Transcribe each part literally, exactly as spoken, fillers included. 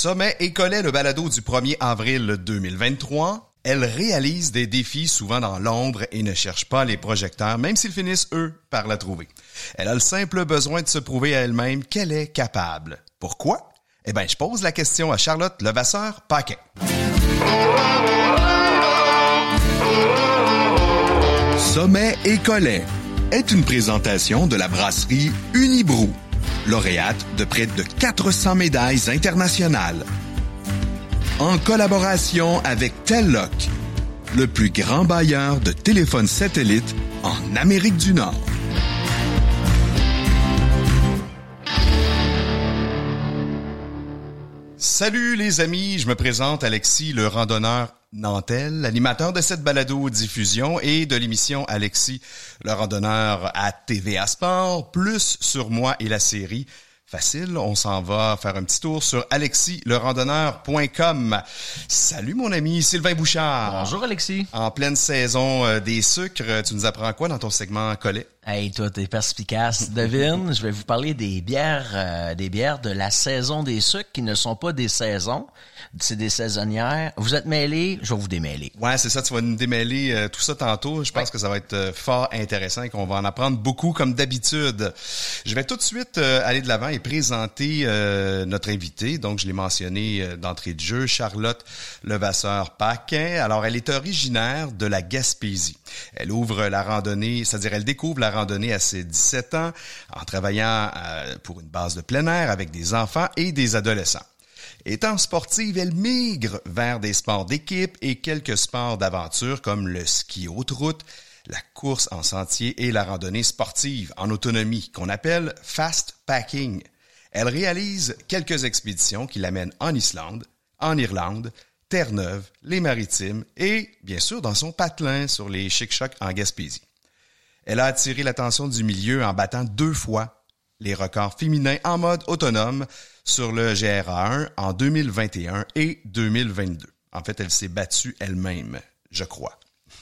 Sommet et Collet, le balado du premier avril deux mille vingt-trois. Elle réalise des défis souvent dans l'ombre et ne cherche pas les projecteurs, même s'ils finissent, eux, par la trouver. Elle a le simple besoin de se prouver à elle-même qu'elle est capable. Pourquoi? Eh bien, je pose la question à Charlotte Levasseur-Paquin. Sommet et Collet est une présentation de la brasserie Unibrou, lauréate de près de quatre cents médailles internationales. En collaboration avec Telloc, le plus grand bailleur de téléphones satellites en Amérique du Nord. Salut les amis, je me présente Alexis, le randonneur nantel, animateur de cette balado-diffusion et de l'émission Alexis, le randonneur à T V A Sport, plus sur moi et la série. Facile, on s'en va faire un petit tour sur alexis le randonneur point com. Salut mon ami Sylvain Bouchard. Bonjour Alexis. En pleine saison euh, des sucres, tu nous apprends quoi dans ton segment Collet? Hey, toi, t'es perspicace. Devine, je vais vous parler des bières, euh, des bières de la saison des sucres qui ne sont pas des saisons. C'est des saisonnières. Vous êtes mêlés, je vais vous démêler. Ouais, c'est ça, tu vas nous démêler euh, tout ça tantôt. Je pense ouais. que ça va être euh, fort intéressant et qu'on va en apprendre beaucoup comme d'habitude. Je vais tout de suite euh, aller de l'avant et présenter euh, notre invitée. Donc, je l'ai mentionné euh, d'entrée de jeu, Charlotte Levasseur-Paquin. Alors, elle est originaire de la Gaspésie. Elle ouvre la randonnée, c'est-à-dire elle découvre la randonnée à ses dix-sept ans en travaillant euh, pour une base de plein air avec des enfants et des adolescents. Étant sportive, elle migre vers des sports d'équipe et quelques sports d'aventure comme le ski haute route, la course en sentier et la randonnée sportive en autonomie qu'on appelle fast packing. Elle réalise quelques expéditions qui l'amènent en Islande, en Irlande, Terre-Neuve, les Maritimes et, bien sûr, dans son patelin sur les Chic-Chocs en Gaspésie. Elle a attiré l'attention du milieu en battant deux fois les records féminins en mode autonome sur le G R A un en deux mille vingt et un et deux mille vingt-deux. En fait, elle s'est battue elle-même, je crois.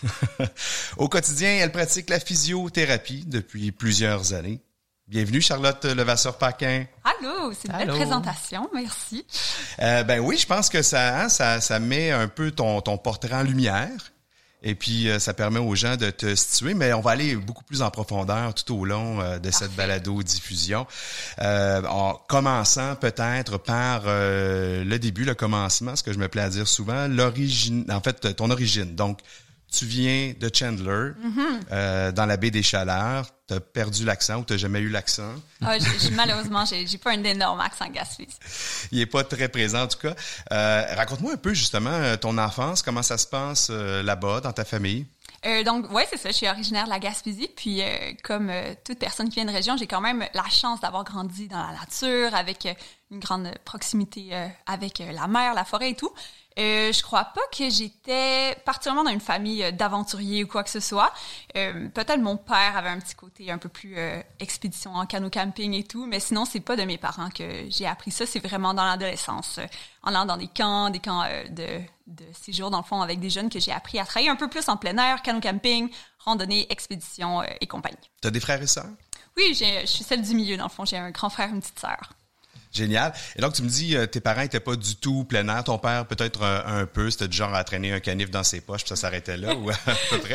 Au quotidien, elle pratique la physiothérapie depuis plusieurs années. Bienvenue, Charlotte Levasseur-Paquin. Allô, c'est une Allô. belle présentation, merci. Euh, ben oui, je pense que ça, hein, ça, ça met un peu ton, ton portrait en lumière. Et puis, euh, ça permet aux gens de te situer, mais on va aller beaucoup plus en profondeur tout au long euh, de cette balado-diffusion. Euh, en commençant peut-être par euh, le début, le commencement, ce que je me plais à dire souvent, l'origine, en fait, ton origine. Donc, tu viens de Chandler, mm-hmm. euh, dans la baie des Chaleurs. T'as perdu l'accent ou t'as jamais eu l'accent? Ah, j'ai, j'ai, malheureusement, j'ai, j'ai pas un énorme accent gaspésien. Il est pas très présent, en tout cas. Euh, raconte-moi un peu, justement, ton enfance. Comment ça se passe euh, là-bas, dans ta famille? Euh, donc, ouais, c'est ça. Je suis originaire de la Gaspésie. Puis, euh, comme euh, toute personne qui vient de région, j'ai quand même la chance d'avoir grandi dans la nature, avec euh, une grande proximité euh, avec euh, la mer, la forêt et tout. Euh, je crois pas que j'étais particulièrement dans une famille d'aventuriers ou quoi que ce soit. Euh, peut-être mon père avait un petit côté un peu plus euh, expédition en canot camping et tout, mais sinon c'est pas de mes parents que j'ai appris ça. C'est vraiment dans l'adolescence, euh, en allant dans des camps, des camps euh, de, de séjour dans le fond avec des jeunes que j'ai appris à travailler un peu plus en plein air, canot camping, randonnée, expédition euh, et compagnie. T'as des frères et sœurs? Oui, j'ai, je suis celle du milieu dans le fond. J'ai un grand frère et une petite sœur. Génial. Et donc, tu me dis, euh, tes parents étaient pas du tout plein air. Ton père, peut-être un, un peu. C'était du genre à traîner un canif dans ses poches, puis ça s'arrêtait là, ou à peu près?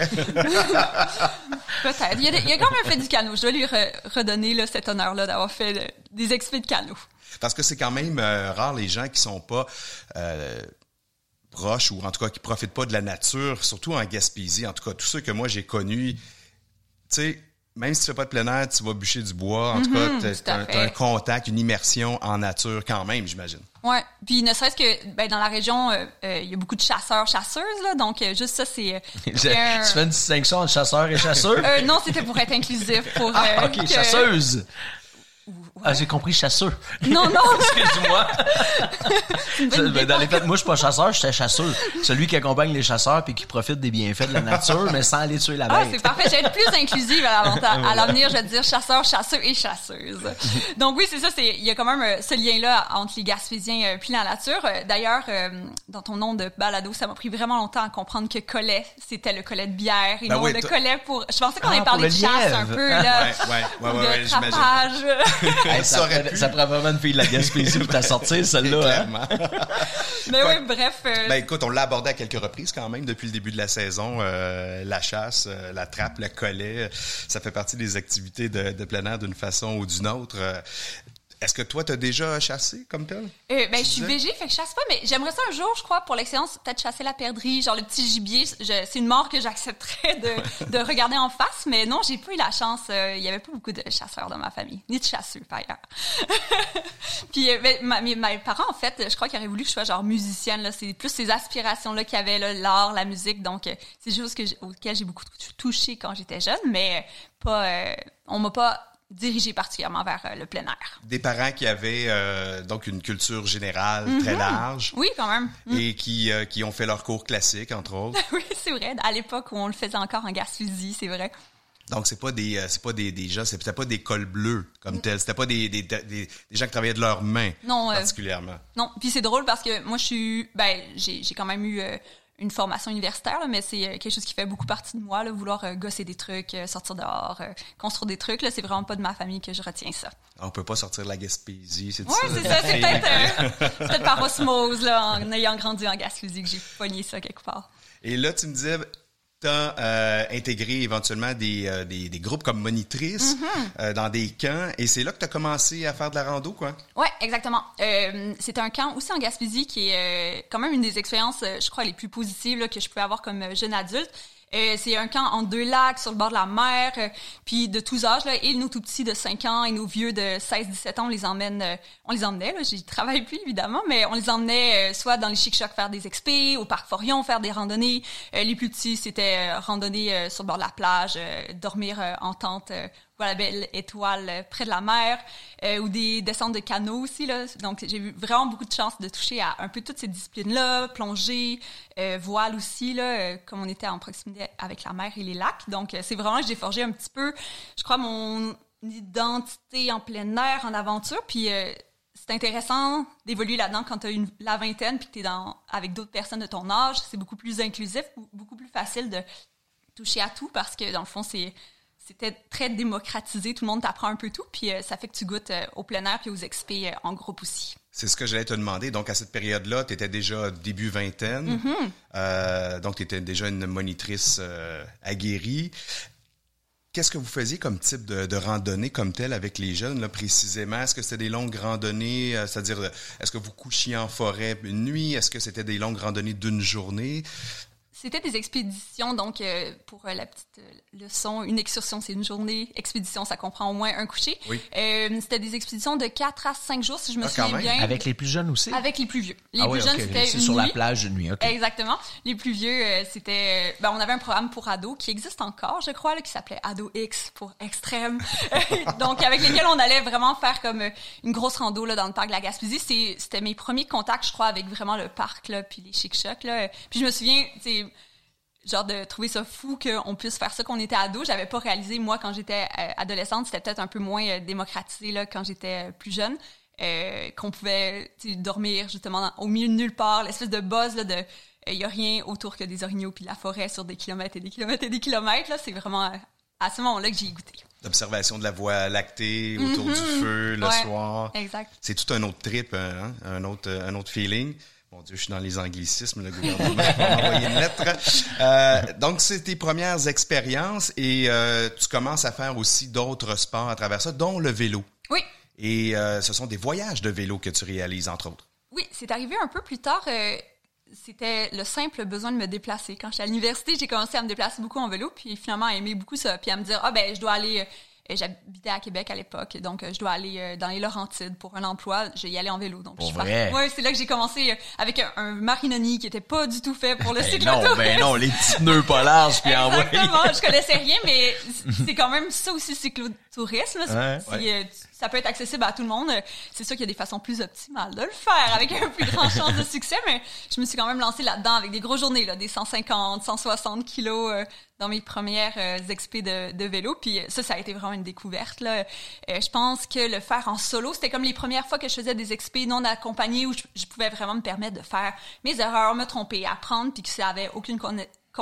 Peut-être. Il a, il a quand même fait du canot. Je dois lui re, redonner là, cet honneur-là d'avoir fait le, des expés de canot. Parce que c'est quand même euh, rare les gens qui sont pas euh, proches, ou en tout cas qui profitent pas de la nature, surtout en Gaspésie. En tout cas, tous ceux que moi j'ai connus, tu sais, même si tu fais pas de plein air, tu vas bûcher du bois. En mm-hmm, tout cas, t'as, t'as, t'as un contact, une immersion en nature quand même, j'imagine. Ouais. Puis ne serait-ce que ben, dans la région, il euh, euh, y a beaucoup de chasseurs, chasseuses, là. Donc, euh, juste ça, c'est... Euh, Je, un... Tu fais une distinction entre chasseurs et chasseurs? euh, non, c'était pour être inclusif. Pour, ah, euh, OK, que... chasseuse. Ouais. Ah, j'ai compris chasseur. Non, non. Excuse-moi. Je, dans les fêtes, moi, je suis pas chasseur, j'étais chasseur. Celui qui accompagne les chasseurs puis qui profite des bienfaits de la nature, mais sans aller tuer la bête. Ah, c'est parfait. Je vais être plus inclusive à, à l'avenir. Je vais te dire chasseur, chasseux et chasseuse. Donc oui, c'est ça. C'est, il y a quand même ce lien-là entre les Gaspésiens et puis la nature. D'ailleurs, dans ton nom de balado, ça m'a pris vraiment longtemps à comprendre que collet, c'était le collet de bière et ben non oui, le collet pour... Je pensais qu'on ah, avait parlé de chasse un peu, là. Ouais, ouais, ouais, ouais, de ouais, trapage. Hey, ça, prend, ça prend vraiment une fille de la Gaspésie pour t'en sortir, celle-là. Hein? Mais oui, bref. Euh... Ben écoute, on l'a abordé à quelques reprises quand même depuis le début de la saison. Euh, la chasse, euh, la trappe, le collet, ça fait partie des activités de, de plein air d'une façon ou d'une autre. Euh, Est-ce que toi, t'as déjà chassé comme tel? Euh, ben, je suis végé, fait que je chasse pas, mais j'aimerais ça un jour, je crois, pour l'excellence, peut-être chasser la perdrix, genre le petit gibier. Je, c'est une mort que j'accepterais de, de regarder en face, mais non, j'ai pas eu la chance. Euh, il y avait pas beaucoup de chasseurs dans ma famille, ni de chasseurs, par ailleurs. Puis, euh, ben, ma, mes, mes parents, en fait, je crois qu'ils auraient voulu que je sois genre musicienne, là. C'est plus ces aspirations-là qu'il y avait, là, l'art, la musique. Donc, euh, c'est juste que j'ai, auquel j'ai beaucoup touché quand j'étais jeune, mais pas, euh, on m'a pas dirigé particulièrement vers euh, le plein air. Des parents qui avaient euh, donc une culture générale mm-hmm. très large. Oui, quand même. Mm. Et qui euh, qui ont fait leur cours classique, entre autres. Oui, c'est vrai. À l'époque où on le faisait encore en Gaspésie, c'est vrai. Donc c'est pas des euh, c'est pas des des gens, c'était pas des cols bleus comme tel, c'était pas des des, des des gens qui travaillaient de leurs mains non, particulièrement. Euh, non, puis c'est drôle parce que moi je suis ben j'ai j'ai quand même eu euh, une formation universitaire, là, mais c'est quelque chose qui fait beaucoup partie de moi, là, vouloir euh, gosser des trucs, euh, sortir dehors, euh, construire des trucs. Là, c'est vraiment pas de ma famille que je retiens ça. On peut pas sortir de la Gaspésie, c'est ouais, ça? Oui, c'est ça. C'est peut-être, euh, c'est peut-être par osmose, là, en ayant grandi en Gaspésie, que j'ai pogné ça quelque part. Et là, tu me disais, t'as euh, intégré éventuellement des, euh, des, des groupes comme monitrice mm-hmm. euh, dans des camps, et c'est là que tu as commencé à faire de la rando, quoi? Oui, exactement. Euh, c'était un camp aussi en Gaspésie qui est euh, quand même une des expériences, euh, je crois, les plus positives là, que je pouvais avoir comme euh, jeune adulte. Euh, c'est un camp en deux lacs, sur le bord de la mer, euh, puis de tous âges, là, et nos tout petits de cinq ans et nos vieux de seize dix-sept ans, on les emmène, euh, on les emmenait, là, j'y travaille plus évidemment, mais on les emmenait euh, soit dans les chic-chocs faire des expés, au parc Forion faire des randonnées. Euh, les plus petits, c'était euh, randonner euh, sur le bord de la plage, euh, dormir euh, en tente, euh, voir la belle étoile euh, près de la mer, euh, ou des descentes de canot aussi, là. Donc, j'ai eu vraiment beaucoup de chance de toucher à un peu toutes ces disciplines-là, plongée, euh, voile aussi, là, euh, comme on était en proximité avec la mer et les lacs. Donc, euh, c'est vraiment que j'ai forgé un petit peu, je crois, mon identité en plein air, en aventure. Puis, euh, c'est intéressant d'évoluer là-dedans quand tu as une, la vingtaine puis que tu es dans, avec d'autres personnes de ton âge. C'est beaucoup plus inclusif, beaucoup plus facile de toucher à tout parce que, dans le fond, c'est... C'était très démocratisé, tout le monde t'apprend un peu tout, puis euh, ça fait que tu goûtes euh, au plein air puis aux expés euh, en groupe aussi. C'est ce que j'allais te demander. Donc, à cette période-là, tu étais déjà début vingtaine, mm-hmm. euh, donc tu étais déjà une monitrice euh, aguerrie. Qu'est-ce que vous faisiez comme type de, de randonnée comme telle avec les jeunes, là, précisément? Est-ce que c'était des longues randonnées, euh, c'est-à-dire, est-ce que vous couchiez en forêt une nuit? Est-ce que c'était des longues randonnées d'une journée? C'était des expéditions, donc euh, pour euh, la petite euh, leçon, une excursion, c'est une journée. Expédition, ça comprend au moins un coucher. Oui. Euh, c'était des expéditions de quatre à cinq jours, si je me ah, souviens bien. Avec les plus jeunes aussi? Avec les plus vieux. Les ah plus oui, jeunes, okay. c'était c'est une sur nuit. La plage une nuit, OK. Exactement. Les plus vieux, euh, c'était... Ben, on avait un programme pour ados qui existe encore, je crois, là, qui s'appelait Ado X pour extrême. Donc, avec lesquels on allait vraiment faire comme une grosse rando là, dans le parc de la Gaspésie. C'est, c'était mes premiers contacts, je crois, avec vraiment le parc, là, puis les chic-chocs, là. Puis je me souviens, tu sais... genre de trouver ça fou qu'on puisse faire ça qu'on était ado. J'avais pas réalisé, moi, quand j'étais euh, adolescente, c'était peut-être un peu moins euh, démocratisé là, quand j'étais euh, plus jeune, euh, qu'on pouvait dormir justement dans, au milieu de nulle part, l'espèce de buzz là, de il euh, y a rien autour que des orignaux puis de la forêt sur des kilomètres et des kilomètres et des kilomètres. Là, c'est vraiment euh, à ce moment-là que j'ai goûté. L'observation de la Voie lactée autour mm-hmm. du feu le ouais, soir. Exact. C'est tout un autre trip, hein? un autre un autre feeling. Mon Dieu, je suis dans les anglicismes, le gouvernement m'a envoyé une lettre. Euh, donc, c'est tes premières expériences et euh, tu commences à faire aussi d'autres sports à travers ça, dont le vélo. Oui. Et euh, ce sont des voyages de vélo que tu réalises, entre autres. Oui, c'est arrivé un peu plus tard. Euh, c'était le simple besoin de me déplacer. Quand j'étais à l'université, j'ai commencé à me déplacer beaucoup en vélo, puis finalement à aimer beaucoup ça, puis à me dire, ah ben, je dois aller... Euh, j'habitais à Québec à l'époque, donc je dois aller dans les Laurentides pour un emploi. Je vais y aller en vélo. Donc, pour je vrai? Ouais, c'est là que j'ai commencé avec un, un Marinoni qui était pas du tout fait pour le ben cyclotourisme. Non, ben non, les petits pneus pas larges puis en Exactement, je connaissais rien, mais c'est quand même ça aussi cyclotourisme. Ouais, si, ouais. euh, ça peut être accessible à tout le monde. C'est sûr qu'il y a des façons plus optimales de le faire avec un plus grand chance de succès, mais je me suis quand même lancée là-dedans avec des grosses journées, là, des cent cinquante, cent soixante kilos euh, dans mes premières euh, expés de, de vélo. Puis ça, ça a été vraiment une découverte, là. Euh, je pense que le faire en solo, c'était comme les premières fois que je faisais des expés non accompagnés où je, je pouvais vraiment me permettre de faire mes erreurs, me tromper, apprendre, puis que ça avait aucune con- con-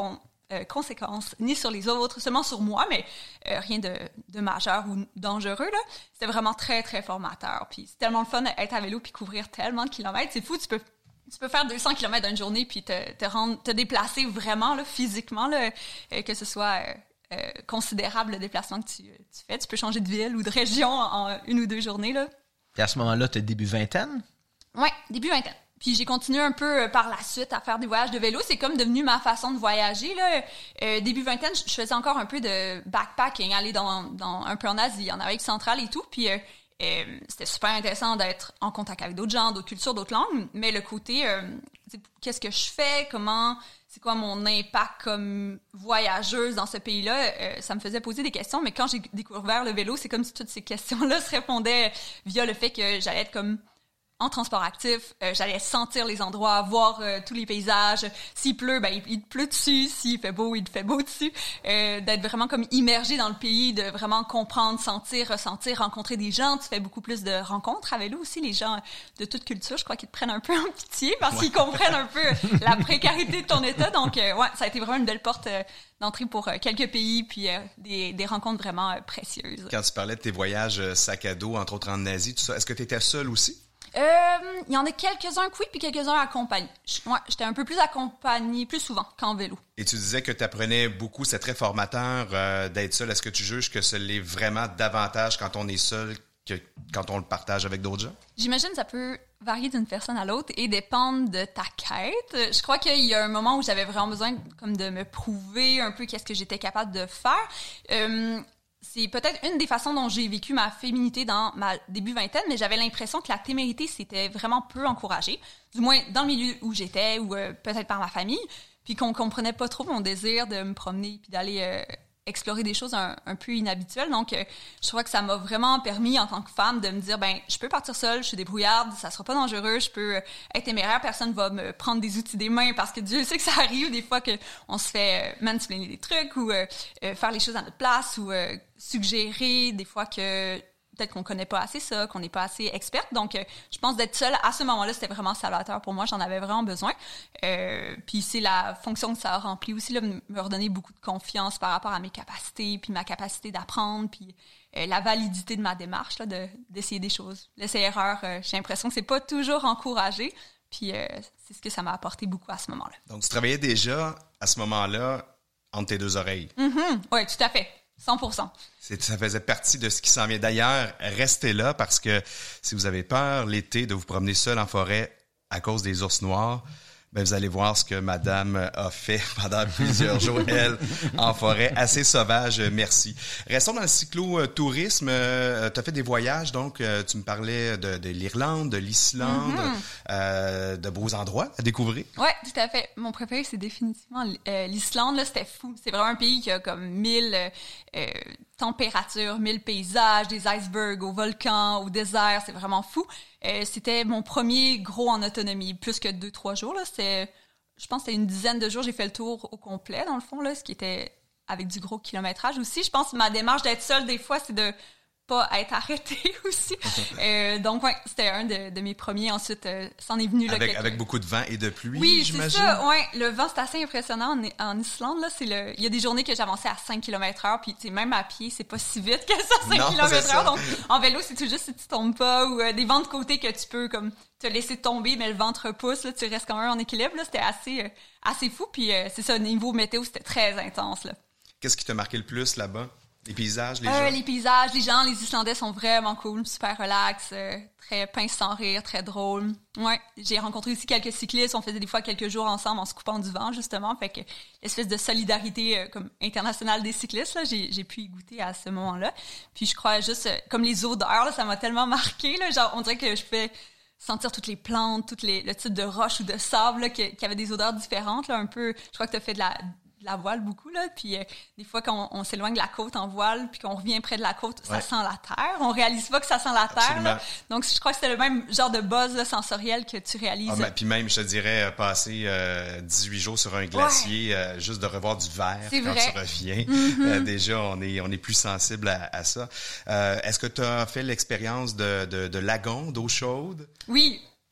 euh, conséquences ni sur les autres, seulement sur moi, mais euh, rien de, de majeur ou dangereux, là. C'était vraiment très, très formateur. Puis c'est tellement le fun d'être à vélo puis couvrir tellement de kilomètres. C'est fou, tu peux... Tu peux faire deux cents kilomètres dans une journée puis te, te rendre, te déplacer vraiment, là, physiquement, là, euh, que ce soit euh, euh, considérable le déplacement que tu, tu fais. Tu peux changer de ville ou de région en, en une ou deux journées, là. Et à ce moment-là, tu as début vingtaine? Oui, début vingtaine. Puis j'ai continué un peu euh, par la suite à faire des voyages de vélo. C'est comme devenu ma façon de voyager, là. Euh, début vingtaine, je faisais encore un peu de backpacking, aller dans, dans un peu en Asie, en Amérique centrale et tout. Puis euh, Euh, c'était super intéressant d'être en contact avec d'autres gens, d'autres cultures, d'autres langues, mais le côté, euh, qu'est-ce que je fais, comment, c'est quoi mon impact comme voyageuse dans ce pays-là, euh, ça me faisait poser des questions, mais quand j'ai découvert le vélo, c'est comme si toutes ces questions-là se répondaient via le fait que j'allais être comme en transport actif, euh, j'allais sentir les endroits, voir euh, tous les paysages. S'il pleut, ben il, il pleut dessus. S'il fait beau, il fait beau dessus. Euh, d'être vraiment comme immergé dans le pays, de vraiment comprendre, sentir, ressentir, rencontrer des gens. Tu fais beaucoup plus de rencontres à vélo aussi. Les gens de toute culture, je crois qu'ils te prennent un peu en pitié parce ouais. qu'ils comprennent un peu la précarité de ton état. Donc, euh, ouais, ça a été vraiment une belle porte euh, d'entrée pour euh, quelques pays, puis euh, des, des rencontres vraiment euh, précieuses. Quand tu parlais de tes voyages euh, sac à dos, entre autres en Asie, tout ça, est-ce que tu étais seule aussi? Il euh, y en a quelques-uns que oui, puis quelques-uns accompagnés. Ouais, j'étais un peu plus accompagnée plus souvent qu'en vélo. Et tu disais que tu apprenais beaucoup, c'est très formateur euh, d'être seul. Est-ce que tu juges que ce l'est vraiment davantage quand on est seul que quand on le partage avec d'autres gens? J'imagine que ça peut varier d'une personne à l'autre et dépendre de ta quête. Je crois qu'il y a un moment où j'avais vraiment besoin comme de me prouver un peu qu'est-ce que j'étais capable de faire. Euh, C'est peut-être une des façons dont j'ai vécu ma féminité dans ma début vingtaine, mais j'avais l'impression que la témérité, c'était vraiment peu encouragé, du moins dans le milieu où j'étais ou euh, peut-être par ma famille, puis qu'on comprenait pas trop mon désir de me promener puis d'aller euh, explorer des choses un, un peu inhabituelles. Donc, euh, je crois que ça m'a vraiment permis en tant que femme de me dire, ben, je peux partir seule, je suis débrouillarde, ça sera pas dangereux, je peux être téméraire, personne va me prendre des outils des mains parce que Dieu sait que ça arrive des fois qu'on se fait euh, mansplainer des trucs ou euh, euh, faire les choses à notre place ou euh, suggérer des fois que peut-être qu'on connaît pas assez ça, qu'on n'est pas assez experte. Donc, euh, je pense d'être seule à ce moment-là, c'était vraiment salvateur pour moi. J'en avais vraiment besoin. Euh, puis c'est la fonction que ça a rempli aussi, là, me redonner beaucoup de confiance par rapport à mes capacités, puis ma capacité d'apprendre, puis euh, la validité de ma démarche, là, de, d'essayer des choses. L'essai-erreur, euh, j'ai l'impression que c'est pas toujours encouragé. Puis euh, c'est ce que ça m'a apporté beaucoup à ce moment-là. Donc, tu travaillais déjà à ce moment-là entre tes deux oreilles. Mm-hmm. Oui, tout à fait. cent pour cent. C'est, ça faisait partie de ce qui s'en vient. D'ailleurs, restez là parce que si vous avez peur l'été de vous promener seul en forêt à cause des ours noirs, ben vous allez voir ce que madame a fait pendant plusieurs jours, elle, en forêt, assez sauvage, merci. Restons dans le cyclo-tourisme. Euh, tu as fait des voyages, donc euh, tu me parlais de, de l'Irlande, de l'Islande, mm-hmm. euh, de beaux endroits à découvrir. Oui, tout à fait. Mon préféré, c'est définitivement euh, l'Islande. Là, c'était fou. C'est vraiment un pays qui a comme mille euh, températures, mille paysages, des icebergs au volcan, au désert. C'est vraiment fou. Euh, c'était mon premier gros en autonomie, plus que deux, trois jours. Là. C'était, je pense que c'était une dizaine de jours. J'ai fait le tour au complet, dans le fond, là, ce qui était avec du gros kilométrage aussi. Je pense que ma démarche d'être seule, des fois, c'est de pas être arrêtée aussi. euh, donc, ouais, c'était un de, de mes premiers. Ensuite, euh, c'en est venu... Là, avec, quelques... avec beaucoup de vent et de pluie, oui, j'imagine? Oui, c'est ça. Ouais, le vent, c'est assez impressionnant en, en Islande. Là, c'est le... Il y a des journées que j'avançais à cinq kilomètres heure, puis même à pied, c'est pas si vite que ça, cinq kilomètres heure. Donc, en vélo, c'est tout juste si tu tombes pas, ou euh, des vents de côté que tu peux comme te laisser tomber, mais le vent te repousse, là, tu restes quand même en équilibre. Là, c'était assez, euh, assez fou, puis euh, c'est ça, niveau météo, c'était très intense. Là. Qu'est-ce qui t'a marqué le plus là-bas? Les paysages, les euh, gens? Les paysages, les gens, les Islandais sont vraiment cool, super relax, euh, très pince sans rire, très drôle. Ouais, j'ai rencontré aussi quelques cyclistes, on faisait des fois quelques jours ensemble en se coupant du vent, justement, fait que l'espèce de solidarité euh, comme internationale des cyclistes, là, j'ai, j'ai pu y goûter à ce moment-là. Puis je crois juste, euh, comme les odeurs, là, ça m'a tellement marqué, là, genre, on dirait que je fais sentir toutes les plantes, toutes les, le type de roche ou de sable, là, qui, qui avait des odeurs différentes, là, un peu, je crois que t'as fait de la... la voile beaucoup, là, puis euh, des fois, quand on, on s'éloigne de la côte en voile, puis qu'on revient près de la côte, ça ouais. sent la terre. On réalise pas que ça sent la terre, là. Donc, je crois que c'était le même genre de buzz là, sensoriel que tu réalises. Ah, ben, puis même, je te dirais, passer euh, dix-huit jours sur un glacier, ouais. euh, juste de revoir du vert c'est quand vrai. tu reviens, mm-hmm. euh, déjà, on est on est plus sensible à, à ça. Euh, est-ce que tu as fait l'expérience de, de, de lagon, d'eau chaude? Oui.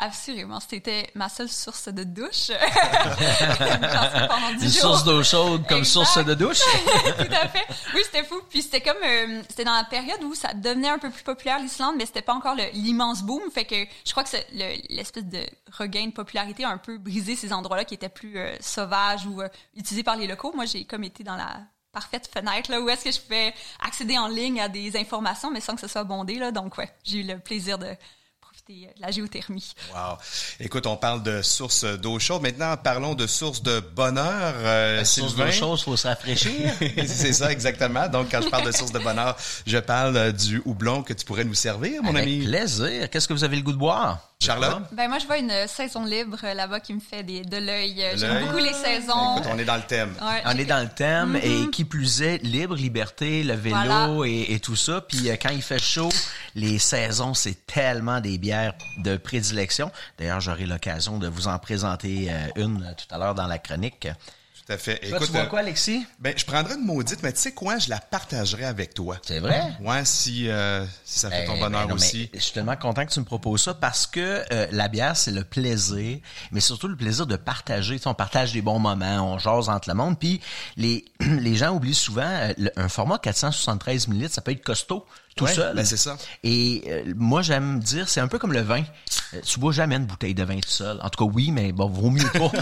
Assurément, c'était ma seule source de douche. pendant dix Une jours. source d'eau chaude comme Exact. source de douche. Tout à fait. Oui, c'était fou. Puis c'était comme, euh, c'était dans la période où ça devenait un peu plus populaire l'Islande, mais c'était pas encore le, l'immense boom. Fait que je crois que c'est le, l'espèce de regain de popularité a un peu brisé ces endroits-là qui étaient plus euh, sauvages ou euh, utilisés par les locaux. Moi, j'ai comme été dans la parfaite fenêtre là où est-ce que je pouvais accéder en ligne à des informations, mais sans que ce soit bondé là. Donc ouais, j'ai eu le plaisir de profiter de la géothermie. Wow. Écoute, on parle de sources d'eau chaude. Maintenant, parlons de sources de bonheur. Euh, La source Sylvain. d'eau chaude, faut se rafraîchir. C'est ça, exactement. Donc, quand je parle de source de bonheur, je parle euh, du houblon que tu pourrais nous servir, mon Avec ami. plaisir. Qu'est-ce que vous avez le goût de boire? Charlotte? Ben moi, je vois une saison libre euh, là-bas qui me fait des, de l'œil. Euh, J'aime L'œil. beaucoup les saisons. Écoute, on est dans le thème. Ouais, On j'ai- est dans le thème Mm-hmm. et qui plus est, libre, liberté, le vélo Voilà. et, et tout ça. Puis euh, quand il fait chaud, les saisons, c'est tellement des bières de prédilection. D'ailleurs, j'aurai l'occasion de vous en présenter euh, une euh, tout à l'heure dans la chronique. Tout à fait. Toi, tu vois quoi, Alexis? ben, je prendrais une maudite, mais tu sais quoi, je la partagerais avec toi. C'est vrai? Ouais, si, euh, si ça fait ton Eh, bonheur ben non, aussi. mais je suis tellement content que tu me proposes ça parce que euh, la bière, c'est le plaisir, mais surtout le plaisir de partager. Tu sais, on partage des bons moments, on jase entre le monde. Puis les, les gens oublient souvent, euh, le- un format quatre cent soixante-treize millilitres, ça peut être costaud tout Ouais, seul. ben c'est ça. Et euh, moi, j'aime dire, c'est un peu comme le vin. Euh, tu bois jamais une bouteille de vin tout seul. En tout cas, oui, mais bon, vaut mieux pas.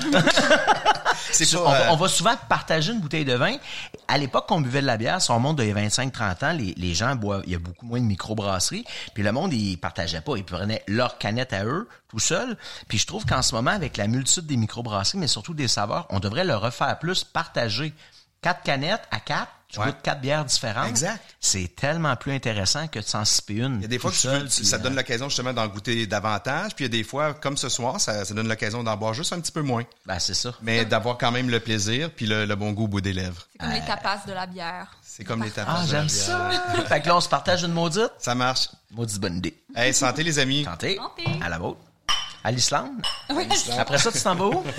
C'est Sur- pas, on, va, euh, on va souvent partager une bouteille de vin. À l'époque qu'on buvait de la bière, si on monte de vingt-cinq trente ans, les, les gens boivent, il y a beaucoup moins de microbrasseries. Puis le monde, ils partageait pas. Ils prenaient leur canette à eux, tout seul. Puis je trouve qu'en ce moment, avec la multitude des microbrasseries, mais surtout des saveurs, on devrait le refaire plus, partager. Quatre canettes à quatre, tu Ouais. goûtes quatre bières différentes. Exact. C'est tellement plus intéressant que de s'en siper une. Il y a des fois tout que tu seul, veux- tu- puis, ça te donne euh, l'occasion justement d'en goûter davantage, puis il y a des fois, comme ce soir, ça, ça donne l'occasion d'en boire juste un petit peu moins, Ben, c'est ça. mais d'avoir quand même le plaisir puis le, le bon goût au bout des lèvres. C'est comme les tapas de la bière. C'est comme les tapas. Ah, de la j'aime bière. ça. Fait que là, on se partage une maudite. Ça marche. Maudite bonne idée. Hey, santé les amis. Santé. Santé. À la vôtre. À l'Islande. Oui. Après ça, tu t'en vas où?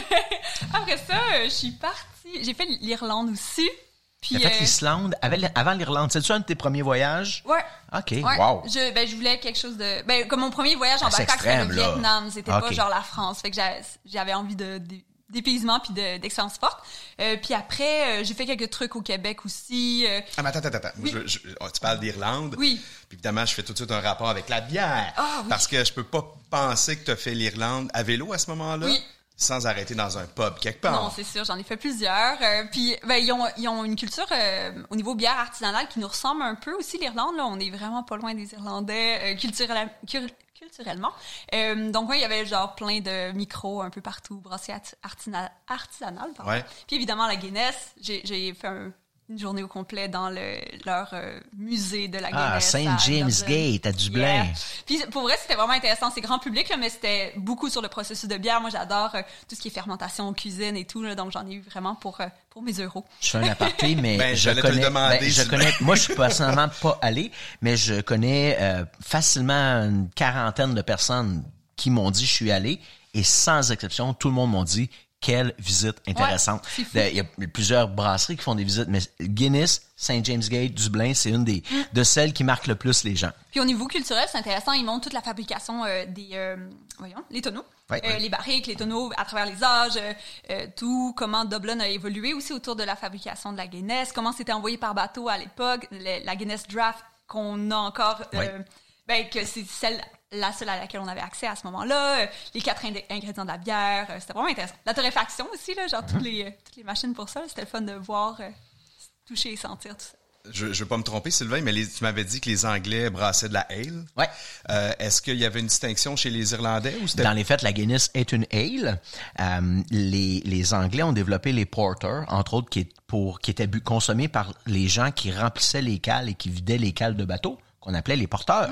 Après ça, euh, je suis partie. J'ai fait l'Irlande aussi. Puis, T'as fait euh, l'Islande avec- avant l'Irlande. C'est-tu un de tes premiers voyages? Ouais. OK, Ouais. wow. Je, ben, je voulais quelque chose de. Ben, comme mon premier voyage en Ah, c'est backpack, c'était le extrême, là. Vietnam. C'était Ok. pas genre la France. Fait que j'a- j'avais envie de, de- d'épaisement puis de, d'expérience forte. Euh, puis après, euh, j'ai fait quelques trucs au Québec aussi. Euh, Ah, mais attends, attends, attends. Moi, Oui. je- je- oh, tu parles d'Irlande. Oui. Puis évidemment, je fais tout de suite un rapport avec la bière. Ah, oui. Parce que je peux pas penser que tu as fait l'Irlande à vélo à ce moment-là. Oui. Sans arrêter dans un pub quelque part. Non, c'est sûr, j'en ai fait plusieurs. Euh, puis, ben, ils ont, ils ont une culture euh, au niveau bière artisanale qui nous ressemble un peu aussi, l'Irlande. Là, on est vraiment pas loin des Irlandais euh, culturel- cul- culturellement. Euh, donc, ouais, il y avait genre plein de micros un peu partout, brasseries arti- artina- artisanales. Pardon. Ouais. Puis évidemment, la Guinness. J'ai, j'ai fait un- une journée au complet dans le, leur euh, musée de la Guinness. Ah, Saint à James Dublin. Gate, à Dublin. Yeah. Puis pour vrai, c'était vraiment intéressant. C'est grand public, là, mais c'était beaucoup sur le processus de bière. Moi, j'adore euh, tout ce qui est fermentation, cuisine et tout. Là, donc, j'en ai eu vraiment pour, euh, pour mes euros. Je fais un aparté, mais Ben, je j'allais te le connais, demander, ben, je Sylvain. connais, moi, je suis personnellement pas allé, mais je connais euh, facilement une quarantaine de personnes qui m'ont dit je suis allé, et sans exception, tout le monde m'ont dit quelle visite intéressante. Ouais, c'est fou. Il y a plusieurs brasseries qui font des visites, mais Guinness, Saint James Gate, Dublin, c'est une des de celles qui marquent le plus les gens. Puis au niveau culturel, c'est intéressant. Ils montrent toute la fabrication euh, des, euh, voyons, les tonneaux, Ouais. Euh, les barriques, les tonneaux à travers les âges, euh, euh, tout comment Dublin a évolué aussi autour de la fabrication de la Guinness, comment c'était envoyé par bateau à l'époque, le- la Guinness Draft qu'on a encore, euh, Ouais. ben que c'est celle la seule à laquelle on avait accès à ce moment-là, euh, les quatre ind- ingrédients de la bière, euh, c'était vraiment intéressant. La torréfaction aussi là, genre Mm-hmm. toutes les euh, toutes les machines pour ça, là, c'était le fun de voir, euh, toucher et sentir tout ça. Je, je veux pas me tromper, Sylvain, mais les- tu m'avais dit que les Anglais brassaient de la ale. Ouais. Euh, est-ce qu'il y avait une distinction chez les Irlandais ou c'était... Dans les faits, la Guinness est une ale. Euh, les, les Anglais ont développé les porters, entre autres, qui, est pour, qui étaient bu- consommés par les gens qui remplissaient les cales et qui vidaient les cales de bateau, qu'on appelait les porteurs.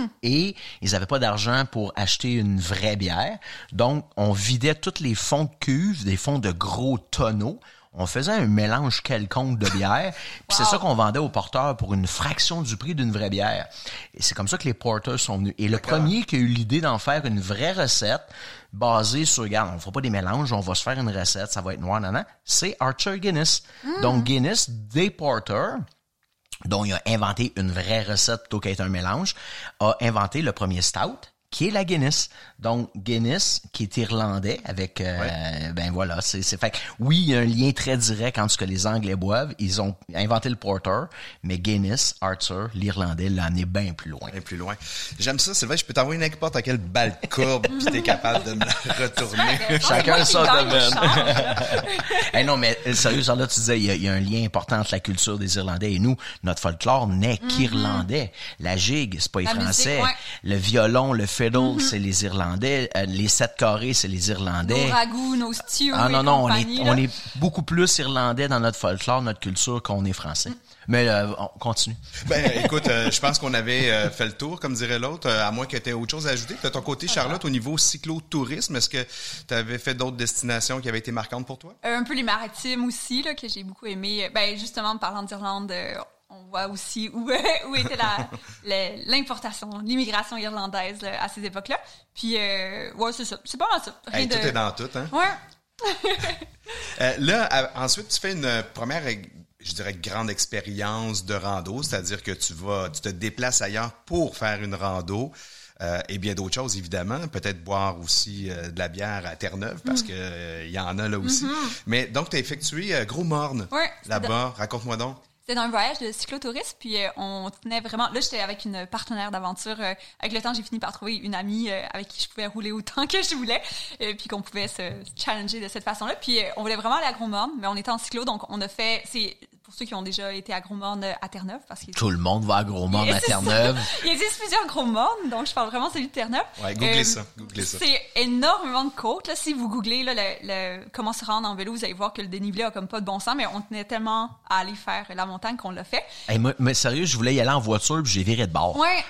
Et ils n'avaient pas d'argent pour acheter une vraie bière. Donc, on vidait tous les fonds de cuve, des fonds de gros tonneaux. On faisait un mélange quelconque de bière. Puis c'est Wow. ça qu'on vendait aux porteurs pour une fraction du prix d'une vraie bière. Et c'est comme ça que les porters sont venus. Et le premier qui a eu l'idée d'en faire une vraie recette basée sur, regarde, on ne fera pas des mélanges, on va se faire une recette, ça va être noir, non, non, c'est Archer Guinness. Donc Guinness, des porters, dont il a inventé une vraie recette plutôt qu'être un mélange, a inventé le premier stout, qui est la Guinness. Donc, Guinness, qui est irlandais, avec, euh, ouais. ben voilà, c'est, c'est fait. Oui, il y a un lien très direct entre ce que les Anglais boivent. Ils ont inventé le porter, mais Guinness, Arthur, l'Irlandais, l'en est bien plus loin. Bien plus loin. J'aime ça, Sylvain, je peux t'envoyer n'importe à quelle balle de courbe, pis t'es capable de me la retourner. Chacun son domaine. Hey, non, mais sérieux, là, tu disais, il y, a, il y a un lien important entre la culture des Irlandais et nous. Notre folklore n'est mm-hmm. qu'irlandais. La gigue, c'est pas les la Français. Musique, ouais. Le violon, le fiddle, mm-hmm. c'est les Irlandais. Euh, les sept carrés, c'est les Irlandais. Nos ragoûts, nos stews. Ah non, non, on est, on est beaucoup plus irlandais dans notre folklore, notre culture, qu'on est français. Mm. Mais euh, on continue. Ben, écoute, euh, je pense qu'on avait euh, fait le tour, comme dirait l'autre, euh, à moins que tu aies autre chose à ajouter. De ton côté, Charlotte, au niveau cyclotourisme, est-ce que tu avais fait d'autres destinations qui avaient été marquantes pour toi? Euh, un peu les maritimes aussi, là, que j'ai beaucoup aimé. Ben, justement, parlant d'Irlande, euh, on voit aussi où, où était la, la, l'importation, l'immigration irlandaise là, à ces époques-là. Puis, euh, ouais, c'est ça. C'est pas mal ça. Hey, de... Tout est dans tout, hein? Ouais. euh, là, à, ensuite, tu fais une première... je dirais, grande expérience de rando, c'est-à-dire que tu vas, tu te déplaces ailleurs pour faire une rando euh, et bien d'autres choses, évidemment. Peut-être boire aussi euh, de la bière à Terre-Neuve, parce mmh. que euh, y en a là aussi. Mmh. Mais donc, tu as effectué euh, Gros Morne ouais, là-bas. Dans... Raconte-moi donc. C'était dans un voyage de cyclotourisme, puis euh, on tenait vraiment... Là, j'étais avec une partenaire d'aventure. Euh, avec le temps, j'ai fini par trouver une amie euh, avec qui je pouvais rouler autant que je voulais, euh, puis qu'on pouvait se challenger de cette façon-là. Puis euh, on voulait vraiment aller à Gros Morne, mais on était en cyclo, donc on a fait... c'est pour ceux qui ont déjà été à Gros Morne à Terre-Neuve, parce que... Tout le monde va à Gros Morne à Terre-Neuve. Il existe plusieurs Gros Morne, donc je parle vraiment celui de Terre-Neuve. Ouais, googlez euh, ça, googlez ça. C'est énormément de côtes, là. Si vous googlez, là, le, le, comment se rendre en vélo, vous allez voir que le dénivelé a comme pas de bon sens, mais on tenait tellement à aller faire la montagne qu'on l'a fait. Hey, moi, mais sérieux, je voulais y aller en voiture, puis j'ai viré de bord. Ouais.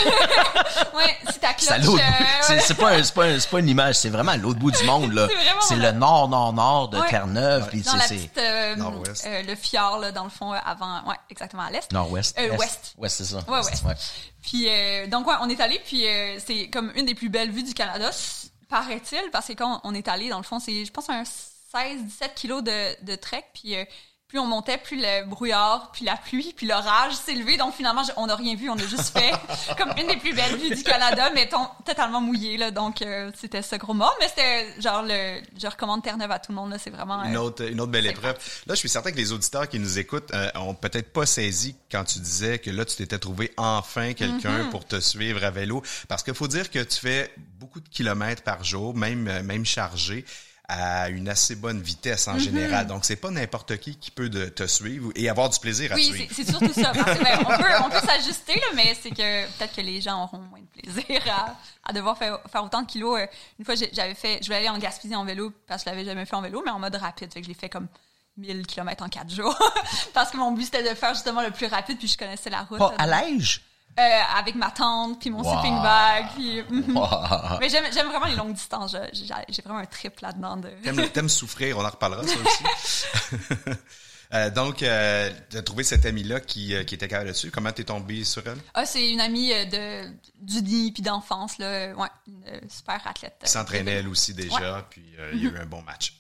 Ouais, c'est ta cloche. C'est, euh, c'est, c'est, pas un, c'est, pas un, c'est pas une image, c'est vraiment à l'autre bout du monde, là. C'est, c'est le nord-nord-nord de ouais. Terre-Neuve. Puis dans c'est, la c'est... petite, euh, Nord-ouest. Euh, le fjord, là, dans le fond, avant, ouais, exactement, à l'est. Nord-ouest. Euh, ouest. Ouest, c'est ça. Ouais, ouest. Ouais. Puis, euh, donc, ouais, on est allé, puis euh, c'est comme une des plus belles vues du Canada, paraît-il, parce que quand on est allé, dans le fond, c'est, je pense, un seize dix-sept kilos de, de trek, puis euh, plus on montait, plus le brouillard, puis la pluie, puis l'orage s'est levé. Donc, finalement, on n'a rien vu. On a juste fait comme une des plus belles vues du Canada, mais ton, totalement mouillé. Là, donc, euh, c'était ce Gros Morne. Mais c'était genre, le, je recommande Terre-Neuve à tout le monde. Là, c'est vraiment... Euh, une, autre, une autre belle épreuve. Là, je suis certain que les auditeurs qui nous écoutent euh, ont peut-être pas saisi quand tu disais que là, tu t'étais trouvé enfin quelqu'un mm-hmm. pour te suivre à vélo. Parce qu'il faut dire que tu fais beaucoup de kilomètres par jour, même, même chargé, à une assez bonne vitesse en mm-hmm. général. Donc, c'est pas n'importe qui qui peut de, te suivre et avoir du plaisir à oui, te suivre. Oui, c'est, c'est surtout ça. Parce que, ben, on peut, on peut s'ajuster, là, mais c'est que peut-être que les gens auront moins de plaisir à, à devoir faire, faire autant de kilos. Une fois, j'avais fait, je voulais aller en Gaspésie en vélo parce que je l'avais jamais fait en vélo, mais en mode rapide. Fait que je l'ai fait comme mille kilomètres en quatre jours. Parce que mon but, c'était de faire justement le plus rapide, puis je connaissais la route. Pas à l'âge? Euh, avec ma tante, puis mon wow. sleeping bag. Puis, mm-hmm. wow. Mais j'aime, j'aime vraiment les longues distances. J'ai, j'ai vraiment un trip là-dedans. De... T'aimes, t'aimes souffrir, on en reparlera, ça aussi. euh, donc, euh, tu as trouvé cette amie-là qui, euh, qui était capable dessus. Comment t'es tombée sur elle? Ah, c'est une amie de, du nid puis d'enfance. Là. Ouais, une super athlète. Qui s'entraînait elle aussi déjà, ouais. puis euh, il y a eu un bon match.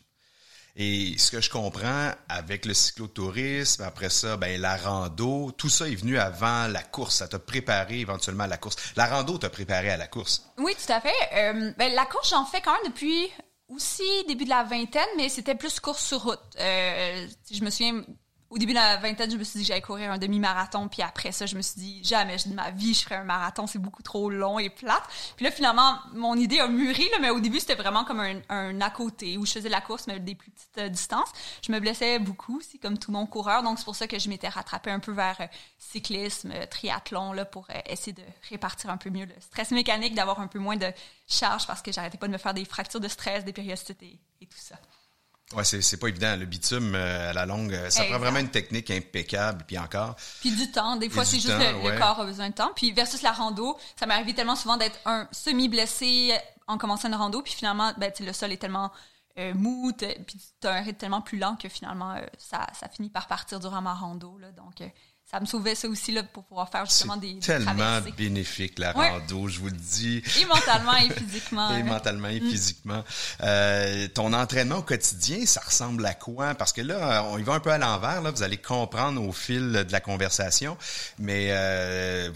Et ce que je comprends avec le cyclotourisme, après ça, ben la rando, tout ça est venu avant la course. Ça t'a préparé éventuellement à la course. La rando t'a préparé à la course. Oui, tout à fait. Euh, ben, la course, j'en fais quand même depuis aussi début de la vingtaine, mais c'était plus course sur route. Euh, je me souviens... Au début de la vingtaine, je me suis dit que j'allais courir un demi-marathon. Puis après ça, je me suis dit, jamais de ma vie, je ferais un marathon. C'est beaucoup trop long et plate. Puis là, finalement, mon idée a mûri. Là, mais au début, c'était vraiment comme un, un à côté où je faisais la course, mais des plus petites euh, distances. Je me blessais beaucoup aussi, comme tout mon coureur. Donc, c'est pour ça que je m'étais rattrapée un peu vers euh, cyclisme, euh, triathlon, là, pour euh, essayer de répartir un peu mieux le stress mécanique, d'avoir un peu moins de charge parce que j'arrêtais pas de me faire des fractures de stress, des périostite et, et tout ça. Ouais, c'est, c'est pas évident. Le bitume, euh, à la longue, ça exact. Prend vraiment une technique impeccable, puis encore. Puis du temps. Des fois, et c'est juste temps, le, ouais. le corps a besoin de temps. Puis versus la rando, ça m'est arrivé tellement souvent d'être un semi-blessé en commençant une rando, puis finalement, ben, le sol est tellement euh, mou, puis t'as un rythme tellement plus lent que finalement, euh, ça, ça finit par partir durant ma rando. Là, donc, euh, ça me sauvait ça aussi là, pour pouvoir faire justement c'est des, des tellement traversées. Bénéfique, la ouais. rando, je vous le dis. Et mentalement et physiquement. Et hein. mentalement et mm. physiquement. Euh, ton entraînement au quotidien, ça ressemble à quoi? Parce que là, on y va un peu à l'envers. Là, vous allez comprendre au fil de la conversation. Mais... Euh,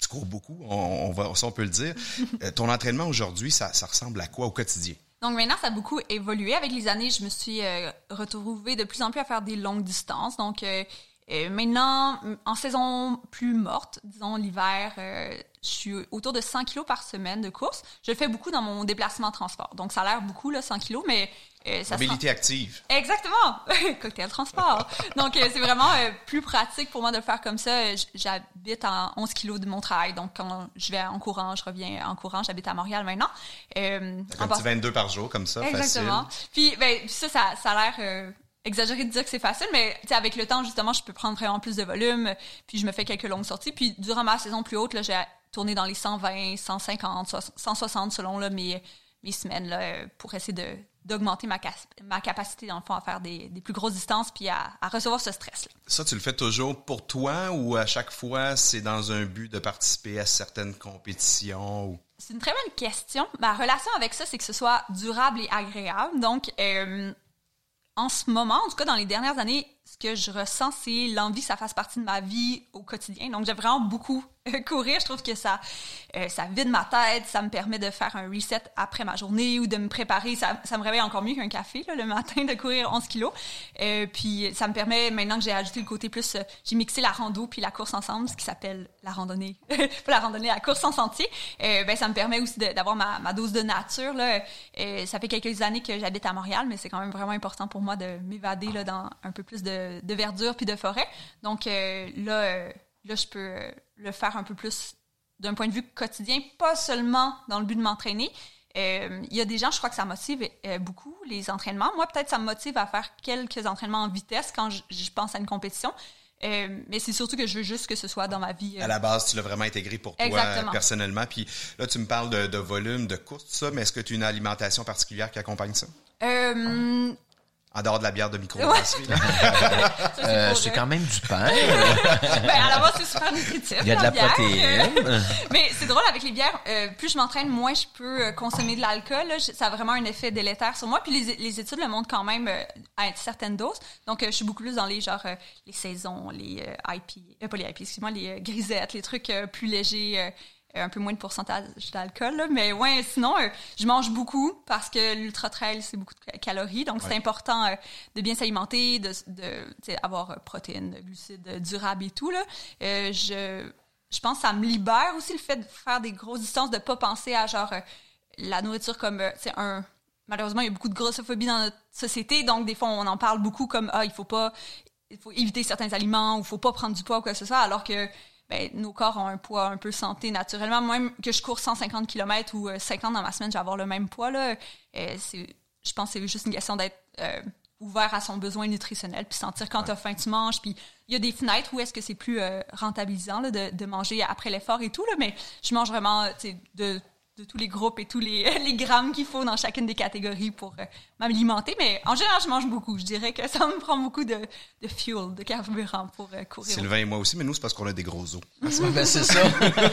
tu cours beaucoup, on, on va, ça on peut le dire. euh, ton entraînement aujourd'hui, ça, ça ressemble à quoi au quotidien? Donc maintenant, ça a beaucoup évolué. Avec les années, je me suis euh, retrouvée de plus en plus à faire des longues distances. Donc euh, euh, maintenant, en saison plus morte, disons l'hiver, euh, je suis autour de cent kilos par semaine de course. Je le fais beaucoup dans mon déplacement en transport. Donc ça a l'air beaucoup, là, cent kilos, mais... Euh, ça Mobilité sent... active. Exactement! Cocktail transport. Donc euh, c'est vraiment euh, plus pratique pour moi de le faire comme ça. J'habite à onze kilos de mon travail. Donc quand je vais en courant, je reviens en courant. J'habite à Montréal maintenant. Euh, un petit vingt-deux par jour, comme ça, Exactement. Facile. Puis ben, ça, ça, ça a l'air... Euh, exagéré de dire que c'est facile, mais avec le temps, justement, je peux prendre vraiment plus de volume, puis je me fais quelques longues sorties. Puis durant ma saison plus haute, là, j'ai tourné dans les cent vingt, cent cinquante, cent soixante selon là, mes, mes semaines là, pour essayer de, d'augmenter ma, cap- ma capacité, dans le fond, à faire des, des plus grosses distances puis à, à recevoir ce stress-là. Ça, tu le fais toujours pour toi ou à chaque fois, c'est dans un but de participer à certaines compétitions? Ou... C'est une très bonne question. Ma relation avec ça, c'est que ce soit durable et agréable. Donc, euh, en ce moment, en tout cas dans les dernières années, ce que je ressens, c'est l'envie que ça fasse partie de ma vie au quotidien. Donc, j'aime vraiment beaucoup courir. Je trouve que ça, euh, ça vide ma tête, ça me permet de faire un reset après ma journée ou de me préparer. Ça, ça me réveille encore mieux qu'un café là, le matin de courir onze kilos. Euh, puis, ça me permet, maintenant que j'ai ajouté le côté plus... Euh, j'ai mixé la rando puis la course ensemble, ce qui s'appelle la randonnée. Pas la randonnée, la course en sentier. Euh, ben, ça me permet aussi de, d'avoir ma, ma dose de nature. Là. Euh, ça fait quelques années que j'habite à Montréal, mais c'est quand même vraiment important pour moi de m'évader là, dans un peu plus de, de verdure puis de forêt. Donc euh, là... Euh, Là, je peux euh, le faire un peu plus d'un point de vue quotidien, pas seulement dans le but de m'entraîner. Euh, il y a des gens, je crois que ça motive euh, beaucoup, les entraînements. Moi, peut-être, ça me motive à faire quelques entraînements en vitesse quand je, je pense à une compétition. Euh, mais c'est surtout que je veux juste que ce soit dans ma vie. Euh... À la base, tu l'as vraiment intégré pour toi Exactement. Personnellement. Puis là, tu me parles de, de volume, de course, tout ça, mais est-ce que tu as une alimentation particulière qui accompagne ça? Euh... En dehors de la bière de microbrasserie. Ouais. euh, c'est quand même du pain. Ben, à la base, c'est super nutritif. Il y a de la, la protéine. Mais c'est drôle, avec les bières, euh, plus je m'entraîne, moins je peux consommer de l'alcool. Là. Ça a vraiment un effet délétère sur moi. Puis les, les études le montrent quand même euh, à une certaine dose. Donc, euh, je suis beaucoup plus dans les genre euh, les saisons, les euh, I P, euh, pas les I P, excuse-moi, les euh, grisettes, les trucs euh, plus légers. Euh, un peu moins de pourcentage d'alcool, là. Mais ouais, sinon, euh, je mange beaucoup parce que l'ultra-trail, c'est beaucoup de calories. Donc, ouais. C'est important euh, de bien s'alimenter, de, de avoir euh, protéines, glucides durables et tout, là. Euh, je, je pense que ça me libère aussi le fait de faire des grosses distances, de pas penser à genre euh, la nourriture comme, euh, tu sais, un... Malheureusement, il y a beaucoup de grossophobie dans notre société. Donc, des fois, on en parle beaucoup comme, ah, il faut pas... Il faut éviter certains aliments ou il faut pas prendre du poids ou quoi que ce soit, alors que ben, nos corps ont un poids un peu santé naturellement. Même que je cours cent cinquante kilomètres ou euh, cinquante dans ma semaine, je vais avoir le même poids. Là. Euh, c'est, je pense que c'est juste une question d'être euh, ouvert à son besoin nutritionnel puis sentir quand ouais. t'as faim, tu manges. Puis il y a des fenêtres où est-ce que c'est plus euh, rentabilisant là, de, de manger après l'effort et tout. Là, mais je mange vraiment de... de tous les groupes et tous les, les grammes qu'il faut dans chacune des catégories pour euh, m'alimenter. Mais en général, je mange beaucoup. Je dirais que ça me prend beaucoup de, de fuel, de carburant pour euh, courir. Sylvain et moi aussi, mais nous, c'est parce qu'on a des gros os. Oui, ben c'est ça.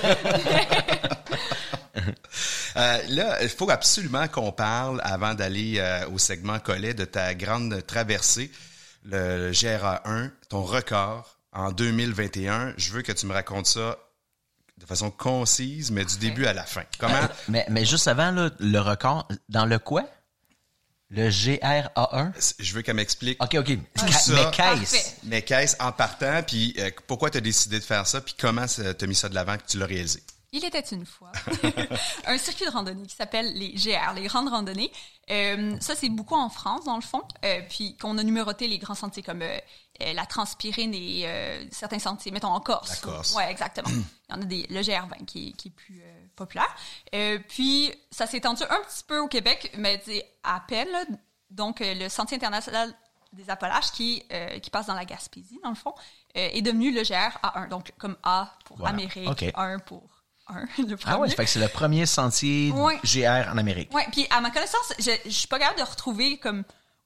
euh, là, il faut absolument qu'on parle, avant d'aller euh, au segment collet, de ta grande traversée, le G R A un, ton record en deux mille vingt et un. Je veux que tu me racontes ça de façon concise, mais du okay. début à la fin. Comment? Euh, mais, mais juste avant, là, le record, dans le quoi? Le G R A un? Je veux qu'elle m'explique. OK, OK. Tout Ca- ça, mais qu'est-ce? Mais qu'est-ce en partant, puis euh, pourquoi tu as décidé de faire ça, puis comment tu as mis ça de l'avant que tu l'as réalisé? Il était une fois un circuit de randonnée qui s'appelle les G R, les grandes randonnées. Euh, ça, c'est beaucoup en France, dans le fond. Euh, puis qu'on a numéroté les grands sentiers comme euh, la Transpirine et euh, certains sentiers, mettons en Corse. La Corse. Ouais, exactement. Il y en a des, le G R vingt qui est, qui est plus euh, populaire. Euh, puis ça s'est étendu un petit peu au Québec, mais à peine. Là. Donc, euh, le Sentier international des Appalaches qui, euh, qui passe dans la Gaspésie, dans le fond, euh, est devenu le G R A un. Donc, comme A pour voilà. Amérique, okay. un pour... Un, le ah ouais, ça fait que c'est le premier sentier ouais. G R en Amérique. Oui, puis à ma connaissance, je, je suis pas capable de retrouver comme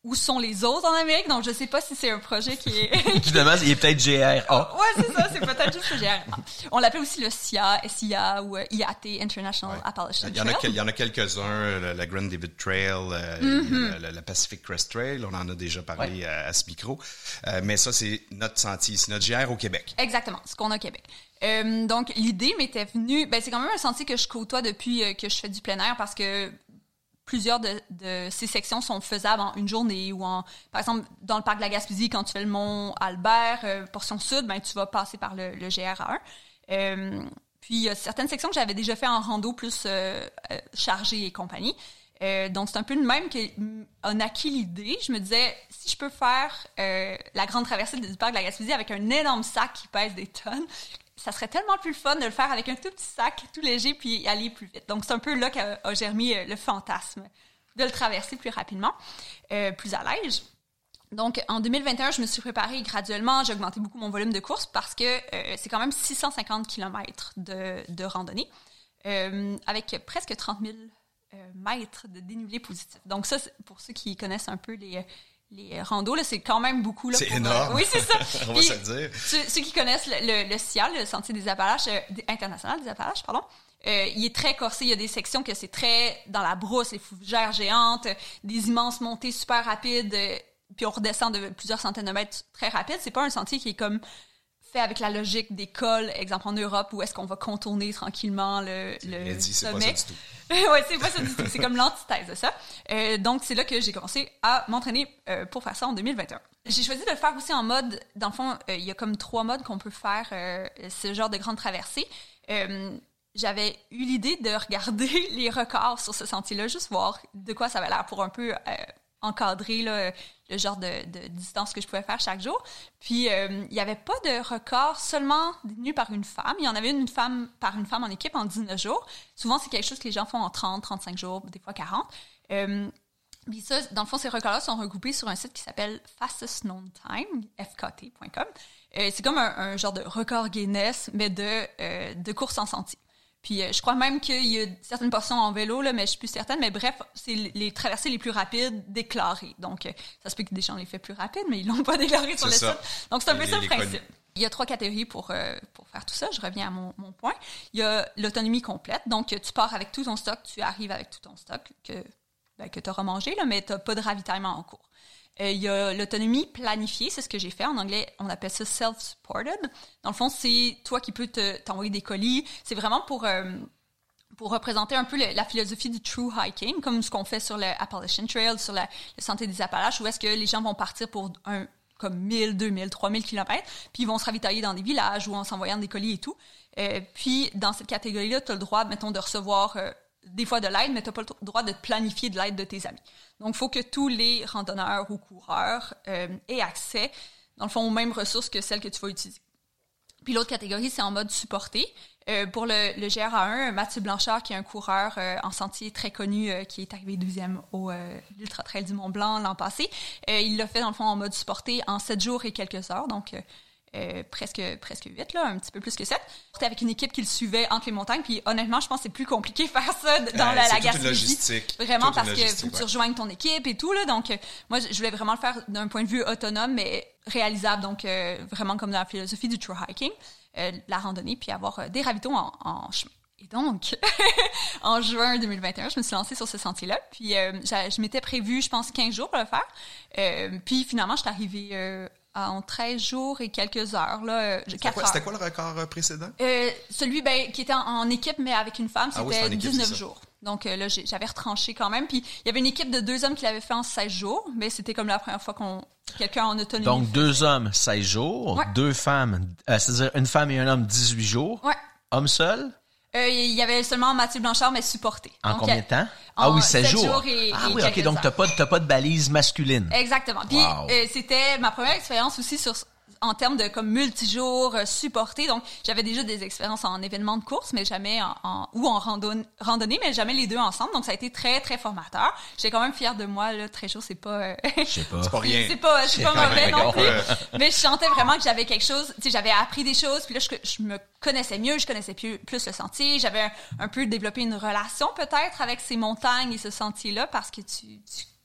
où sont les autres en Amérique. Donc, je sais pas si c'est un projet qui est... Évidemment, il est peut-être G R A. Ouais, c'est ça, c'est peut-être juste le G R A. On l'appelle aussi le S I A, S I A ou I A T, International ouais. Appalachian il y en a, Trail. Il y en a quelques-uns, la, la Grand David Trail, euh, mm-hmm. la, la Pacific Crest Trail, on en a déjà parlé ouais. à, à ce micro. Euh, mais ça, c'est notre sentier, c'est notre G R au Québec. Exactement, ce qu'on a au Québec. Euh, donc, l'idée m'était venue... Ben, c'est quand même un sentier que je côtoie depuis euh, que je fais du plein air parce que plusieurs de, de ces sections sont faisables en une journée ou en... Par exemple, dans le parc de la Gaspésie, quand tu fais le mont Albert, euh, portion sud, ben, tu vas passer par le, le G R A un. Euh, puis, il y a certaines sections que j'avais déjà fait en rando plus euh, euh, chargée et compagnie. Euh, donc, c'est un peu le même qu'on a acquis l'idée. Je me disais, si je peux faire euh, la grande traversée du parc de la Gaspésie avec un énorme sac qui pèse des tonnes, ça serait tellement plus fun de le faire avec un tout petit sac, tout léger, puis aller plus vite. Donc, c'est un peu là qu'a a germé le fantasme de le traverser plus rapidement, euh, plus à l'aise. Donc, en deux mille vingt et un, je me suis préparée graduellement. J'ai augmenté beaucoup mon volume de course parce que euh, c'est quand même six cent cinquante kilomètres de, de randonnée euh, avec presque trente mille euh, mètres de dénivelé positif. Donc, ça, pour ceux qui connaissent un peu les... les randos, là, c'est quand même beaucoup. Là, c'est pour, énorme. Euh, oui, c'est ça. On va se le dire. Ceux, ceux qui connaissent le, le, le C I A, le Sentier des Appalaches, euh, international des Appalaches, pardon, euh, il est très corsé. Il y a des sections que c'est très dans la brousse, les fougères géantes, des immenses montées super rapides, euh, puis on redescend de plusieurs centaines de mètres très rapides. C'est pas un sentier qui est comme fait avec la logique des cols, exemple en Europe, où est-ce qu'on va contourner tranquillement le, le dit, sommet. C'est pas ça du tout. Oui, c'est pas ça du tout. C'est comme l'antithèse de ça. Euh, donc, c'est là que j'ai commencé à m'entraîner euh, pour faire ça en deux mille vingt et un. J'ai choisi de le faire aussi en mode... Dans le fond, euh, il y a comme trois modes qu'on peut faire euh, ce genre de grande traversée. Euh, j'avais eu l'idée de regarder les records sur ce sentier-là, juste voir de quoi ça avait l'air pour un peu... Euh, encadrer là, le genre de, de distance que je pouvais faire chaque jour. Puis, euh, il n'y avait pas de record seulement détenu par une femme. Il y en avait une femme par une femme en équipe en dix-neuf jours. Souvent, c'est quelque chose que les gens font en trente, trente-cinq jours, des fois quarante. Euh, puis ça, dans le fond, ces records-là sont regroupés sur un site qui s'appelle fastest known time, f k t point com. Euh, c'est comme un, un genre de record Guinness, mais de, euh, de course en sentier. Puis euh, je crois même qu'il y a certaines portions en vélo, là, mais je suis plus certaine. Mais bref, c'est les traversées les plus rapides déclarées. Donc, euh, ça se peut que des gens les fait plus rapides, mais ils l'ont pas déclaré sur le site. Donc, c'est un peu ça le principe. Il y a trois catégories pour, euh, pour faire tout ça. Je reviens à mon, mon point. Il y a l'autonomie complète. Donc, tu pars avec tout ton stock, tu arrives avec tout ton stock que, ben, que tu auras mangé, là, mais tu n'as pas de ravitaillement en cours. Euh, il y a l'autonomie planifiée, c'est ce que j'ai fait. En anglais, on appelle ça self-supported. Dans le fond, c'est toi qui peux te, t'envoyer des colis. C'est vraiment pour, euh, pour représenter un peu le, la philosophie du true hiking, comme ce qu'on fait sur le Appalachian Trail, sur la, le Sentier des Appalaches, où est-ce que les gens vont partir pour un comme mille, deux mille, trois mille kilomètres, puis ils vont se ravitailler dans des villages ou en s'envoyant des colis et tout. Euh, puis, dans cette catégorie-là, tu as le droit, mettons, de recevoir... Euh, des fois de l'aide, mais tu n'as pas le droit de planifier de l'aide de tes amis. Donc, il faut que tous les randonneurs ou coureurs euh, aient accès, dans le fond, aux mêmes ressources que celles que tu vas utiliser. Puis l'autre catégorie, c'est en mode supporté. Euh, pour le, le G R A un, Mathieu Blanchard, qui est un coureur euh, en sentier très connu, euh, qui est arrivé deuxième au euh, l'Ultra Trail du Mont-Blanc l'an passé, euh, il l'a fait, dans le fond, en mode supporté en sept jours et quelques heures, donc... Euh, Euh, presque presque huit, là, un petit peu plus que sept. C'était avec une équipe qui le suivait entre les montagnes, puis honnêtement, je pense que c'est plus compliqué de faire ça dans ouais, la, la Gaspésie. Vraiment, toute parce que faut que ouais. tu rejoignes ton équipe et tout, là. Donc, euh, moi, je voulais vraiment le faire d'un point de vue autonome, mais réalisable. Donc, euh, vraiment comme dans la philosophie du true hiking, euh, la randonnée, puis avoir euh, des ravitaux en, en chemin. Et donc, en juin deux mille vingt et un, je me suis lancée sur ce sentier-là. Puis, euh, je m'étais prévu, je pense, quinze jours pour le faire. Euh, puis, finalement, je suis arrivée... Euh, en treize jours et quelques heures, là, c'était quoi, c'était quoi le record précédent? Euh, celui ben, qui était en, en équipe, mais avec une femme, c'était ah oui, dix-neuf équipe, jours. Donc là, j'avais retranché quand même. Puis il y avait une équipe de deux hommes qui l'avaient fait en seize jours, mais c'était comme la première fois qu'on quelqu'un en autonomie. Donc deux hommes, seize jours, ouais. deux femmes, euh, c'est-à-dire une femme et un homme, dix-huit jours. Ouais. Homme seul? Euh, il y avait seulement Mathieu Blanchard, mais supporté. En donc, combien de temps? Ah oui, sept jours. jours et, ah et oui, ok, donc t'as pas, t'as pas de balise masculine. Exactement. Puis wow. euh, c'était ma première expérience aussi sur en termes de comme multijours euh, supportés. Donc, j'avais déjà des expériences en événements de course, mais jamais en, en ou en randonnée, randonnée, mais jamais les deux ensemble. Donc, ça a été très, très formateur. J'étais quand même fière de moi, là. treize jours, c'est pas... Euh, je sais pas. C'est pas rien. C'est pas, c'est pas mauvais non plus. Mais je sentais vraiment que j'avais quelque chose, tu sais, j'avais appris des choses, puis là, je, je me connaissais mieux, je connaissais plus, plus le sentier. J'avais un, un peu développé une relation, peut-être, avec ces montagnes et ce sentier-là, parce que tu... tu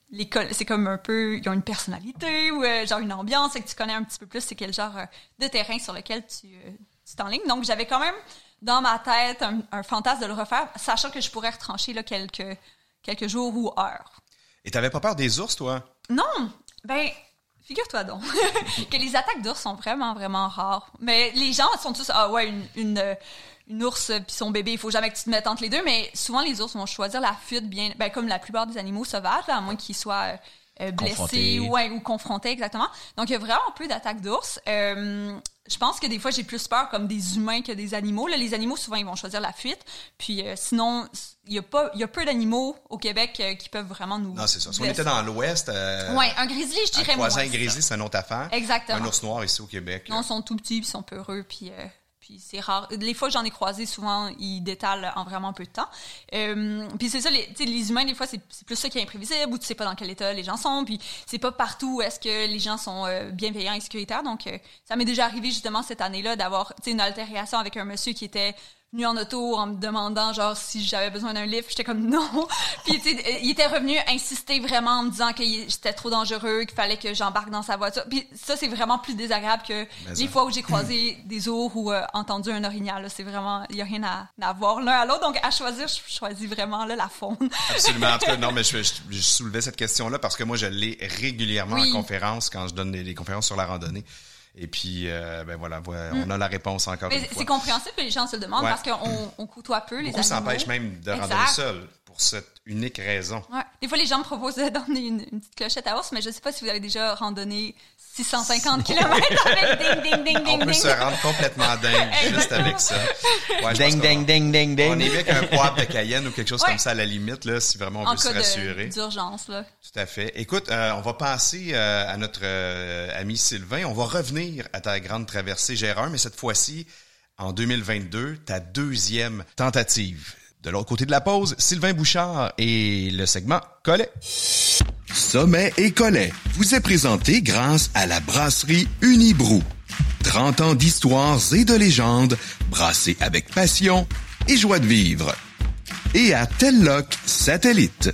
les col- c'est comme un peu, ils ont une personnalité ou euh, genre une ambiance, et que tu connais un petit peu plus c'est quel genre euh, de terrain sur lequel tu euh, tu t'enlignes. Donc j'avais quand même dans ma tête un, un fantasme de le refaire, sachant que je pourrais retrancher là quelques quelques jours ou heures. Et t'avais pas peur des ours, toi? Non, ben figure-toi donc que les attaques d'ours sont vraiment vraiment rares. Mais les gens sont tous ah ouais une une une ours puis son bébé, il faut jamais que tu te mettes entre les deux, mais souvent les ours vont choisir la fuite bien, ben comme la plupart des animaux sauvages, là, à moins qu'ils soient euh, blessés ou, ouais, ou confrontés, exactement. Donc il y a vraiment peu d'attaques d'ours. Euh, je pense que des fois j'ai plus peur comme des humains que des animaux. Là, les animaux souvent ils vont choisir la fuite, puis euh, sinon il y a pas, il y a peu d'animaux au Québec euh, qui peuvent vraiment nous. Non, c'est ça. Si on était dans l'Ouest, euh, ouais, un grizzly, je dirais un moins. voisin grizzly, c'est une autre affaire. Exactement. Un ours noir ici au Québec. Non, là. ils sont tout petits, puis ils sont peureux, puis. Euh, Puis c'est rare. Les fois que j'en ai croisé, souvent, ils détalent en vraiment peu de temps. Euh, puis c'est ça, les, les humains, des fois, c'est, c'est plus ça qui est imprévisible, ou tu sais pas dans quel état les gens sont, puis c'est pas partout où est-ce que les gens sont euh, bienveillants et sécuritaires. Donc, euh, ça m'est déjà arrivé, justement, cette année-là, d'avoir une altération avec un monsieur qui était venu en auto en me demandant, genre, si j'avais besoin d'un lift. J'étais comme, non. Puis, tu sais, il était revenu insister vraiment en me disant que c'était trop dangereux, qu'il fallait que j'embarque dans sa voiture. Puis ça, c'est vraiment plus désagréable que Mais les ça. fois où j'ai croisé des ours ou euh, entendu un orignal. Là. C'est vraiment, il y a rien à, à voir l'un à l'autre. Donc, à choisir, je choisis vraiment là, la faune. Absolument. En tout cas, non, mais je, je, je soulevais cette question-là parce que moi, je l'ai régulièrement Oui. en conférence quand je donne des, des conférences sur la randonnée. Et puis, euh, ben voilà, voilà on a la réponse encore Mais une c'est fois. compréhensible que les gens se le demandent Ouais. parce qu'on on côtoie peu les Beaucoup animaux. s'empêchent même de Exact. randonner seul pour cette unique raison. Ouais. Des fois, les gens me proposent d'emmener une, une petite clochette à ours, mais je sais pas si vous avez déjà randonné six cent cinquante kilomètres avec ding, ding, ding, ding, On peut ding. se rendre complètement dingue juste avec ça. Ouais, je Ding, pense ding, qu'on- ding, ding, ding. On est bien qu'un poivre de Cayenne ou quelque chose Ouais. comme ça à la limite, là, si vraiment on En veut se cas rassurer. de, d'urgence, là. Tout à fait. Écoute, euh, on va passer euh, à notre euh, ami Sylvain. On va revenir à ta grande traversée G R un, mais cette fois-ci, en deux mille vingt-deux, ta deuxième tentative. De l'autre côté de la pause, Sylvain Bouchard et le segment Collet. Sommet et Collet vous est présenté grâce à la brasserie Unibrou. trente ans d'histoires et de légendes brassées avec passion et joie de vivre. Et à Telloc Satellite.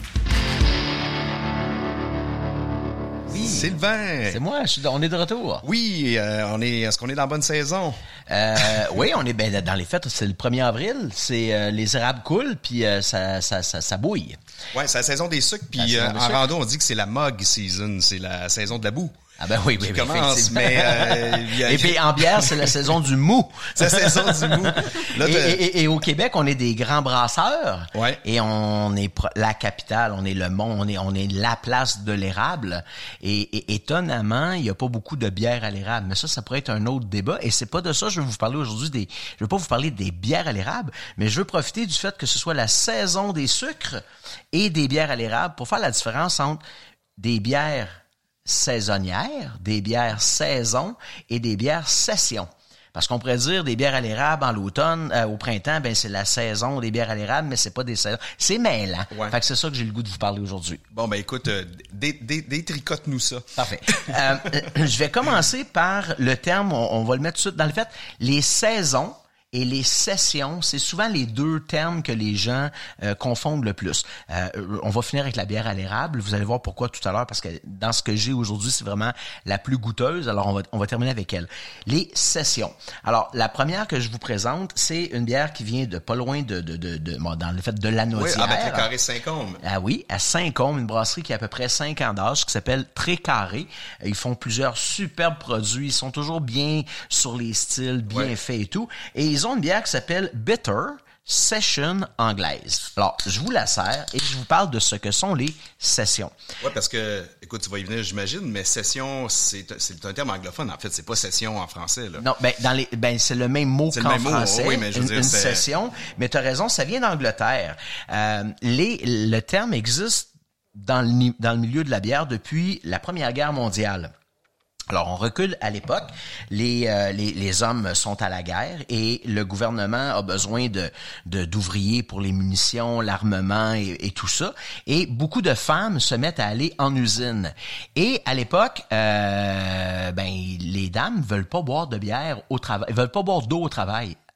Sylvain! C'est moi, je suis, on est de retour. Oui, euh, on est. Est-ce qu'on est dans la bonne saison? Euh, oui, on est ben, dans les fêtes, c'est le premier avril, c'est euh, les érables coulent, puis euh, ça, ça, ça, ça bouille. Ouais, c'est la saison des sucres. La Puis saison euh, des en sucres. rando, on dit que c'est la mug season, c'est la saison de la boue. Ah ben oui, oui, Qui oui, commence, effectivement. mais euh, il y a- Et puis en bière, c'est la saison du mou. c'est la saison du mou. Là, Et, t'as- et- et- et au Québec, on est des grands brasseurs. Ouais. Et on est pro- la capitale, on est le monde, on est on est la place de l'érable. Et, et étonnamment, il y a pas beaucoup de bières à l'érable. Mais ça, ça pourrait être un autre débat. Et c'est pas de ça que je veux vous parler aujourd'hui. Des, je veux pas vous parler des bières à l'érable, mais je veux profiter du fait que ce soit la saison des sucres et des bières à l'érable pour faire la différence entre des bières saisonnières, des bières saison et des bières session. Parce qu'on pourrait dire des bières à l'érable en l'automne, euh, au printemps, ben c'est la saison des bières à l'érable, mais c'est pas des saisons. C'est mêlant. Ouais. Fait que c'est ça que j'ai le goût de vous parler aujourd'hui. Bon, ben écoute, euh, dé- dé- détricote-nous ça. Parfait. Euh, euh, je vais commencer par le terme, on, on va le mettre tout de suite dans le fait, les saisons et les sessions, c'est souvent les deux termes que les gens euh, confondent le plus. Euh, on va finir avec la bière à l'érable. Vous allez voir pourquoi tout à l'heure, parce que dans ce que j'ai aujourd'hui, c'est vraiment la plus goûteuse. Alors, on va, on va terminer avec elle. Les sessions. Alors, la première que je vous présente, c'est une bière qui vient de pas loin de, de, de, de bon, dans le fait de la Oui, Naudière. ah ben très carré Saint-Côme. Ah oui, à Saint-Côme, une brasserie qui a à peu près cinq ans d'âge, qui s'appelle Très Carré. Ils font plusieurs superbes produits. Ils sont toujours bien sur les styles, bien Ouais. faits et tout. Et ils ont une bière qui s'appelle Bitter Session anglaise. Alors, je vous la sers et je vous parle de ce que sont les sessions. Ouais, parce que, écoute, tu vas y venir, j'imagine, mais session, c'est, c'est un terme anglophone. En fait, c'est pas session en français, là. Non, ben dans les ben c'est le même mot C'est le qu'en même mot, français, oui, mais je veux une, dire, une c'est- session. Mais tu as raison, ça vient d'Angleterre. Euh, les le terme existe dans le ni- dans le milieu de la bière depuis la Première Guerre mondiale. Alors, on recule à l'époque. Les, euh, les les hommes sont à la guerre et le gouvernement a besoin de de d'ouvriers pour les munitions, l'armement et, et tout ça. Et beaucoup de femmes se mettent à aller en usine. Et à l'époque, euh, ben les dames veulent pas boire de bière au travail, veulent pas boire d'eau au travail.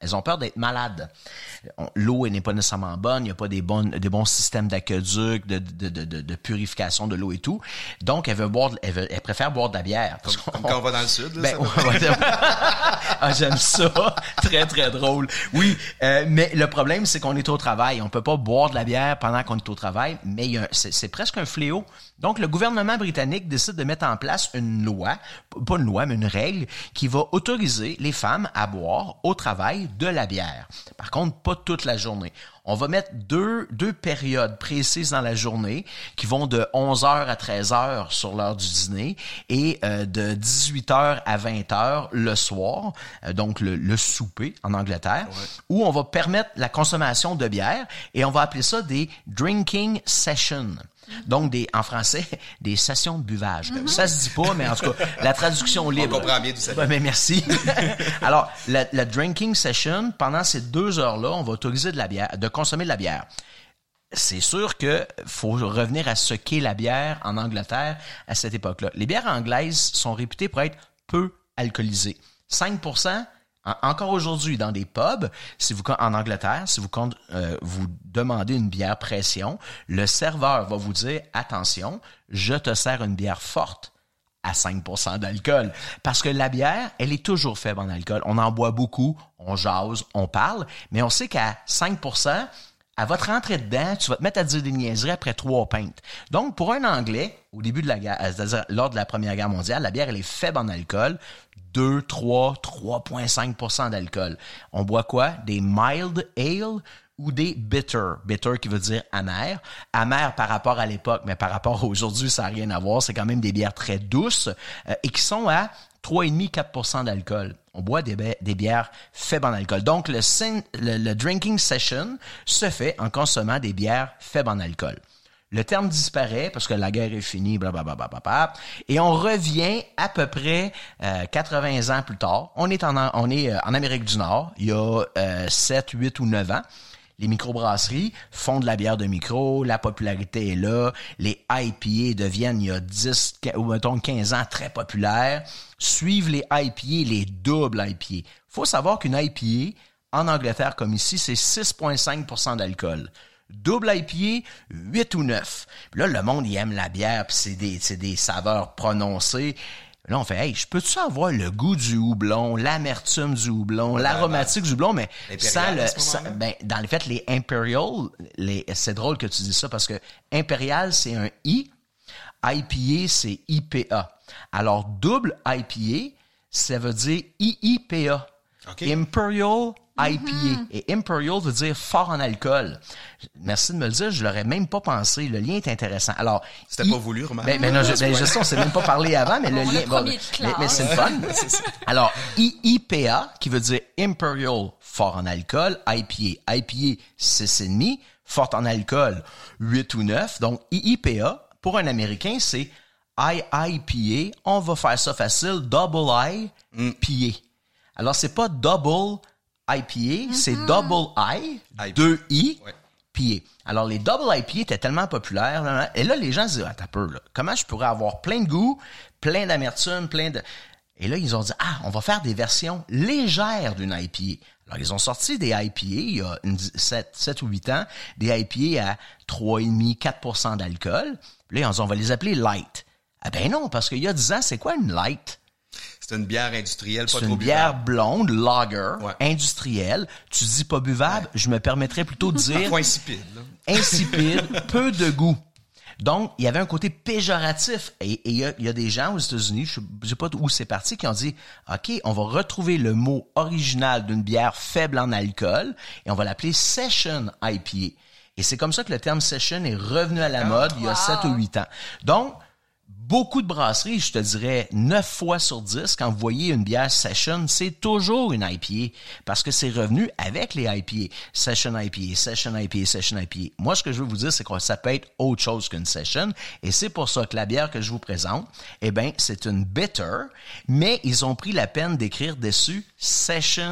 Elles ont peur d'être malades. On, l'eau elle n'est pas nécessairement bonne, il n'y a pas des, bonnes, des bons systèmes d'aqueduc, de, de, de, de, de purification de l'eau et tout. Donc, elles veulent boire, elles, veulent, elles préfèrent boire de la bière. Parce comme, comme quand on va dans le sud. Là, ben, ça ah, j'aime ça. Très, très drôle. Oui, euh, mais le problème, c'est qu'on est au travail. On peut pas boire de la bière pendant qu'on est au travail, mais il y a un, c'est, c'est presque un fléau. Donc, le gouvernement britannique décide de mettre en place une loi, pas une loi, mais une règle, qui va autoriser les femmes à boire au travail de la bière. Par contre, pas toute la journée. On va mettre deux, deux périodes précises dans la journée qui vont de onze heures à treize heures sur l'heure du dîner et euh, de dix-huit heures à vingt heures le soir, euh, donc le, le souper en Angleterre, ouais. Où on va permettre la consommation de bière et on va appeler ça des drinking sessions. Donc, des, en français, des sessions de buvage. Mm-hmm. Ça se dit pas, mais en tout cas, la traduction libre. On comprend bien d'où ça vient. Ben, merci. Alors, la, la drinking session, pendant ces deux heures-là, on va autoriser de la bière, de consommer de la bière. C'est sûr que faut revenir à ce qu'est la bière en Angleterre à cette époque-là. Les bières anglaises sont réputées pour être peu alcoolisées. cinq pour cent encore aujourd'hui, dans des pubs, si vous en Angleterre, si vous euh, vous demandez une bière pression, le serveur va vous dire « Attention, je te sers une bière forte à cinq pour cent d'alcool. » Parce que la bière, elle est toujours faible en alcool. On en boit beaucoup, on jase, on parle, mais on sait qu'à cinq pour cent, elle va te rentrer dedans, tu vas te mettre à dire des niaiseries après trois pintes. Donc, pour un Anglais, au début de la guerre, c'est-à-dire lors de la Première Guerre mondiale, la bière, elle est faible en alcool. deux, trois, trois virgule cinq pour cent d'alcool. On boit quoi? Des mild ale ou des bitter. Bitter qui veut dire amer. Amer par rapport à l'époque, mais par rapport à aujourd'hui, ça n'a rien à voir. C'est quand même des bières très douces euh, et qui sont à trois virgule cinq à quatre pour cent d'alcool. On boit des, bi- des bières faibles en alcool. Donc, le, sin- le, le drinking session se fait en consommant des bières faibles en alcool. Le terme disparaît parce que la guerre est finie, blablabla, bla, et on revient à peu près euh, quatre-vingts ans plus tard. On est en, on est euh, en Amérique du Nord, il y a euh, sept, huit ou neuf ans. Les microbrasseries font de la bière de micro, la popularité est là, les I P A deviennent, il y a dix ou mettons quinze ans, très populaires, suivent les I P A, les doubles I P A. Faut savoir qu'une I P A, en Angleterre comme ici, c'est six virgule cinq pour cent d'alcool. Double I P A, huit ou neuf. Puis là, le monde, il aime la bière, puis c'est des, c'est des saveurs prononcées. Là, on fait, hey, je peux-tu avoir le goût du houblon, l'amertume du houblon, l'aromatique du houblon, mais sans le, sans, ben, dans le fait, les Imperial, les, c'est drôle que tu dis ça parce que Imperial, c'est un I, I P A, c'est I P A. Alors, double I P A, ça veut dire I I P A. Okay. Imperial I P A. Mm-hmm. Et Imperial veut dire fort en alcool. Merci de me le dire, je l'aurais même pas pensé. Le lien est intéressant. Alors, c'était I... pas voulu, Romain. Ben, ben non, je, ben, je sais, on s'est même pas parlé avant, mais bon, le lien, le bon, mais, mais c'est le fun. Alors, I I P A, qui veut dire Imperial fort en alcool, I P A. I P A, six virgule cinq, fort en alcool, huit ou neuf. Donc, I I P A, pour un Américain, c'est I I P A. On va faire ça facile, double I P A. Mm. Alors, c'est pas double I P A, mm-hmm. c'est double I, I deux I, ouais. P A. Alors, les double I P A étaient tellement populaires. Là, là, et là, les gens se disent, ah, t'as peur, là. Comment je pourrais avoir plein de goût, plein d'amertume, plein de... Et là, ils ont dit, ah, on va faire des versions légères d'une I P A. Alors, ils ont sorti des I P A, il y a une, sept ou huit ans, des I P A à trois virgule cinq à quatre pour cent d'alcool. Puis là, ils ont dit, on va les appeler light. Ah ben non, parce qu'il y a dix ans, c'est quoi une light? C'est une bière industrielle, pas c'est trop une buvable. bière blonde, lager, ouais. Industrielle. Tu dis pas buvable, ouais. Je me permettrais plutôt de dire... Pas insipide. Là. Insipide, peu de goût. Donc, il y avait un côté péjoratif. Et il y, y a des gens aux États-Unis, je ne sais pas où c'est parti, qui ont dit, OK, on va retrouver le mot original d'une bière faible en alcool et on va l'appeler Session I P A. Et c'est comme ça que le terme Session est revenu à la mode il y a sept ou huit ans. Donc, beaucoup de brasseries, je te dirais neuf fois sur dix, quand vous voyez une bière Session, c'est toujours une I P A parce que c'est revenu avec les I P A. Session I P A, Session I P A, Session I P A. Moi, ce que je veux vous dire, c'est que ça peut être autre chose qu'une Session et c'est pour ça que la bière que je vous présente, eh bien, c'est une bitter, mais ils ont pris la peine d'écrire dessus Session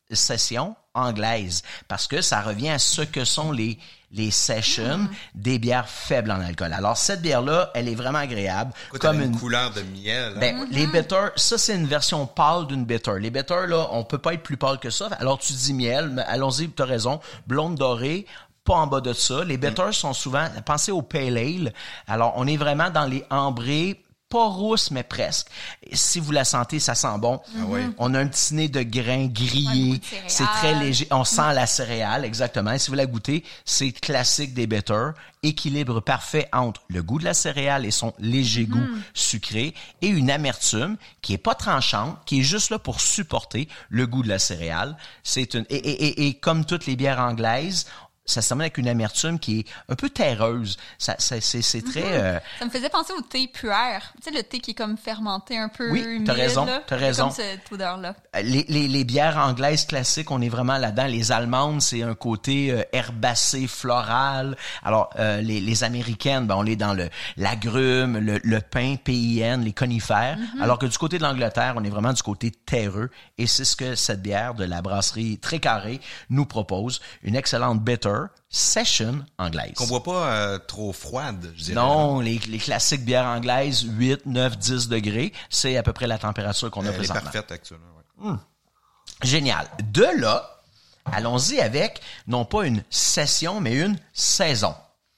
session anglaise parce que ça revient à ce que sont les les sessions mmh. des bières faibles en alcool. Alors cette bière-là, elle est vraiment agréable. Écoute, comme une, une couleur de miel. Hein? Ben, mmh. Les bitters, ça c'est une version pâle d'une bitter. Les bitters, là, on peut pas être plus pâle que ça. Alors tu dis miel, mais allons-y, tu as raison. Blonde dorée, pas en bas de ça. Les bitters mmh. sont souvent, pensez au pale ale. Alors on est vraiment dans les ambrés, pas rousse, mais presque. Si vous la sentez, ça sent bon. Ah oui. On a un petit nez de grains grillés. C'est très léger. On sent la céréale, exactement. Et si vous la goûtez, c'est classique des bitters. Équilibre parfait entre le goût de la céréale et son léger goût mm. sucré et une amertume qui est pas tranchante, qui est juste là pour supporter le goût de la céréale. C'est une, et, et, et, et comme toutes les bières anglaises, ça se termine avec une amertume qui est un peu terreuse. Ça, ça c'est, c'est très... Mm-hmm. Euh... Ça me faisait penser au thé puer. Tu sais, le thé qui est comme fermenté un peu oui, humide. t'as raison, là. t'as raison. Comme cette odeur-là. Les, les, les bières anglaises classiques, on est vraiment là-dedans. Les allemandes, c'est un côté euh, herbacé, floral. Alors, euh, les, les américaines, ben, on est dans le l'agrume, le, le pin, P I N, les conifères. Mm-hmm. Alors que du côté de l'Angleterre, on est vraiment du côté terreux. Et c'est ce que cette bière de la brasserie Très Carré nous propose. Une excellente bitter session anglaise. Qu'on boit pas euh, trop froide, je dirais. Non, les, les classiques bières anglaises, huit, neuf, dix degrés, c'est à peu près la température qu'on a Elle présentement. Elle est parfaite actuellement. Ouais. Mmh. Génial. De là, allons-y avec, non pas une session, mais une saison.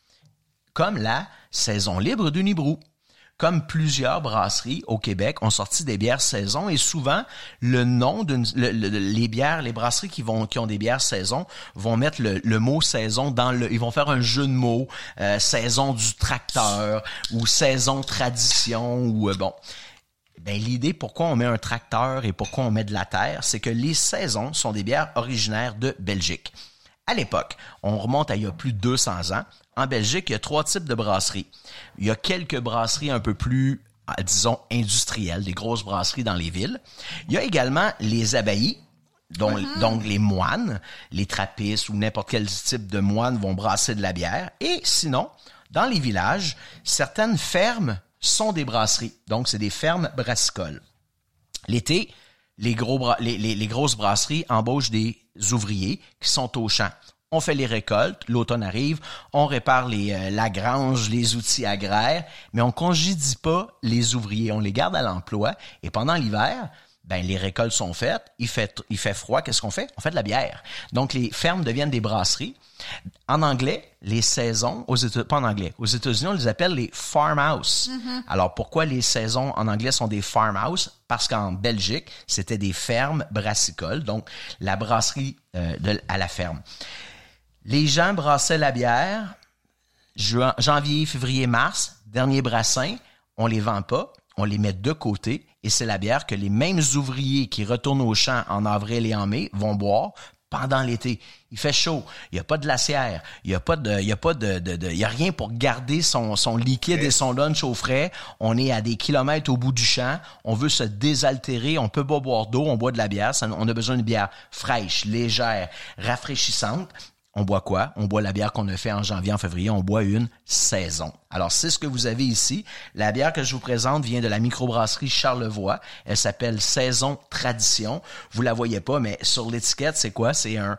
Comme la saison libre d'Unibrou. Comme plusieurs brasseries au Québec ont sorti des bières saison et souvent le nom d'une le, le, les bières, les brasseries qui vont qui ont des bières saison vont mettre le, le mot saison dans le, ils vont faire un jeu de mots, euh, saison du tracteur ou saison tradition ou euh, bon. Ben l'idée pourquoi on met un tracteur et pourquoi on met de la terre, c'est que les saisons sont des bières originaires de Belgique. À l'époque, on remonte à il y a plus de deux cents ans. En Belgique, il y a trois types de brasseries. Il y a quelques brasseries un peu plus, disons, industrielles, des grosses brasseries dans les villes. Il y a également les abbayes, dont, mm-hmm. donc les moines, les trappistes ou n'importe quel type de moine vont brasser de la bière. Et sinon, dans les villages, certaines fermes sont des brasseries. Donc, c'est des fermes brassicoles. L'été, les, gros bra- les, les, les grosses brasseries embauchent des ouvriers qui sont au champ. On fait les récoltes, l'automne arrive, on répare les, euh, la grange, les outils agraires, mais on congédie pas les ouvriers, on les garde à l'emploi. Et pendant l'hiver, ben les récoltes sont faites, il fait il fait froid, qu'est-ce qu'on fait? On fait de la bière. Donc les fermes deviennent des brasseries. En anglais, les saisons, aux États, pas en anglais, aux États-Unis, on les appelle les farmhouse. Mm-hmm. Alors pourquoi les saisons en anglais sont des farmhouse? Parce qu'en Belgique, c'était des fermes brassicoles, donc la brasserie euh, de, à la ferme. Les gens brassaient la bière, juin, janvier, février, mars, dernier brassin, on les vend pas, on les met de côté et c'est la bière que les mêmes ouvriers qui retournent au champ en avril et en mai vont boire pendant l'été. Il fait chaud, il y a pas de glacière, il y a pas de il y a pas de de, de il y a rien pour garder son son liquide et son lunch au frais. On est à des kilomètres au bout du champ, on veut se désaltérer, on peut pas boire d'eau, on boit de la bière, ça, on a besoin d'une bière fraîche, légère, rafraîchissante. On boit quoi? On boit la bière qu'on a fait en janvier, en février. On boit une saison. Alors, c'est ce que vous avez ici. La bière que je vous présente vient de la microbrasserie Charlevoix. Elle s'appelle Saison Tradition. Vous la voyez pas, mais sur l'étiquette, c'est quoi? C'est un,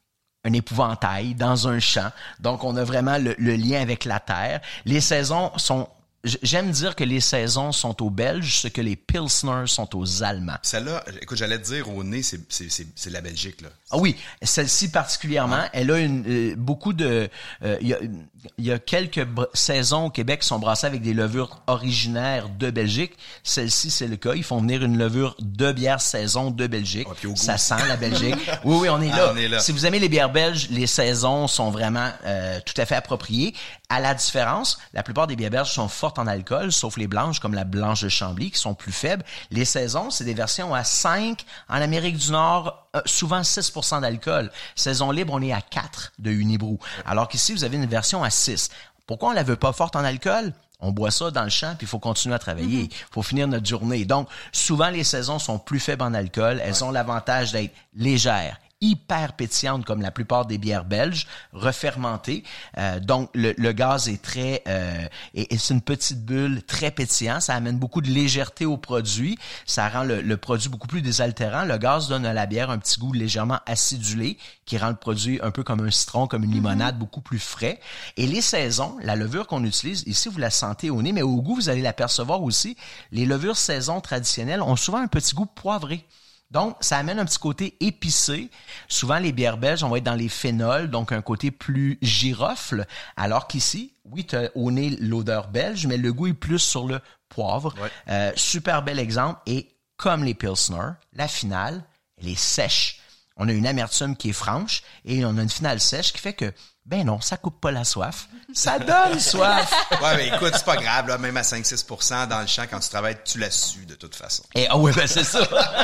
un épouvantail dans un champ. Donc, on a vraiment le, le lien avec la terre. Les saisons sont... J'aime dire que les saisons sont aux Belges, ce que les Pilsners sont aux Allemands. Celle-là, écoute, j'allais te dire au nez, c'est c'est c'est, c'est la Belgique là. Ah oui, celle-ci particulièrement, ah. elle a une euh, beaucoup de il euh, y a il y a quelques br- saisons au Québec qui sont brassées avec des levures originaires de Belgique. Celle-ci, c'est le cas. Ils font venir une levure de bière saison de Belgique. Ah, ça sent la Belgique. Oui, oui, on est là. Ah, on est là. Si vous aimez les bières belges, les saisons sont vraiment euh, tout à fait appropriées. À la différence, la plupart des bières belges sont fortes en alcool, sauf les blanches comme la blanche de Chambly qui sont plus faibles. Les saisons, c'est des versions à cinq. En Amérique du Nord, euh, souvent six pour cent d'alcool. Saison libre, on est à quatre de Unibrou. Alors qu'ici, vous avez une version à six. Pourquoi on la veut pas forte en alcool? On boit ça dans le champ, puis il faut continuer à travailler. Il mm-hmm. faut finir notre journée. Donc, souvent, les saisons sont plus faibles en alcool. Elles ouais. ont l'avantage d'être légères, hyper pétillante comme la plupart des bières belges, refermentées. Euh, donc, le, le gaz est très... Euh, et, et c'est une petite bulle très pétillant. Ça amène beaucoup de légèreté au produit. Ça rend le, le produit beaucoup plus désaltérant. Le gaz donne à la bière un petit goût légèrement acidulé qui rend le produit un peu comme un citron, comme une limonade, mm-hmm. beaucoup plus frais. Et les saisons, la levure qu'on utilise, ici, vous la sentez au nez, mais au goût, vous allez l'apercevoir aussi. Les levures saison traditionnelles ont souvent un petit goût poivré. Donc, ça amène un petit côté épicé. Souvent, les bières belges, on va être dans les phénols, donc un côté plus girofle, alors qu'ici, oui, tu as au nez l'odeur belge, mais le goût est plus sur le poivre. Ouais. Euh, super bel exemple. Et comme les Pilsner, la finale, elle est sèche. On a une amertume qui est franche et on a une finale sèche qui fait que ben non, ça coupe pas la soif. Ça donne soif. Ouais, mais écoute, c'est pas grave, là, même à cinq à six pour cent dans le champ, quand tu travailles, tu l'as su de toute façon. Et, oh oui, ben c'est ça.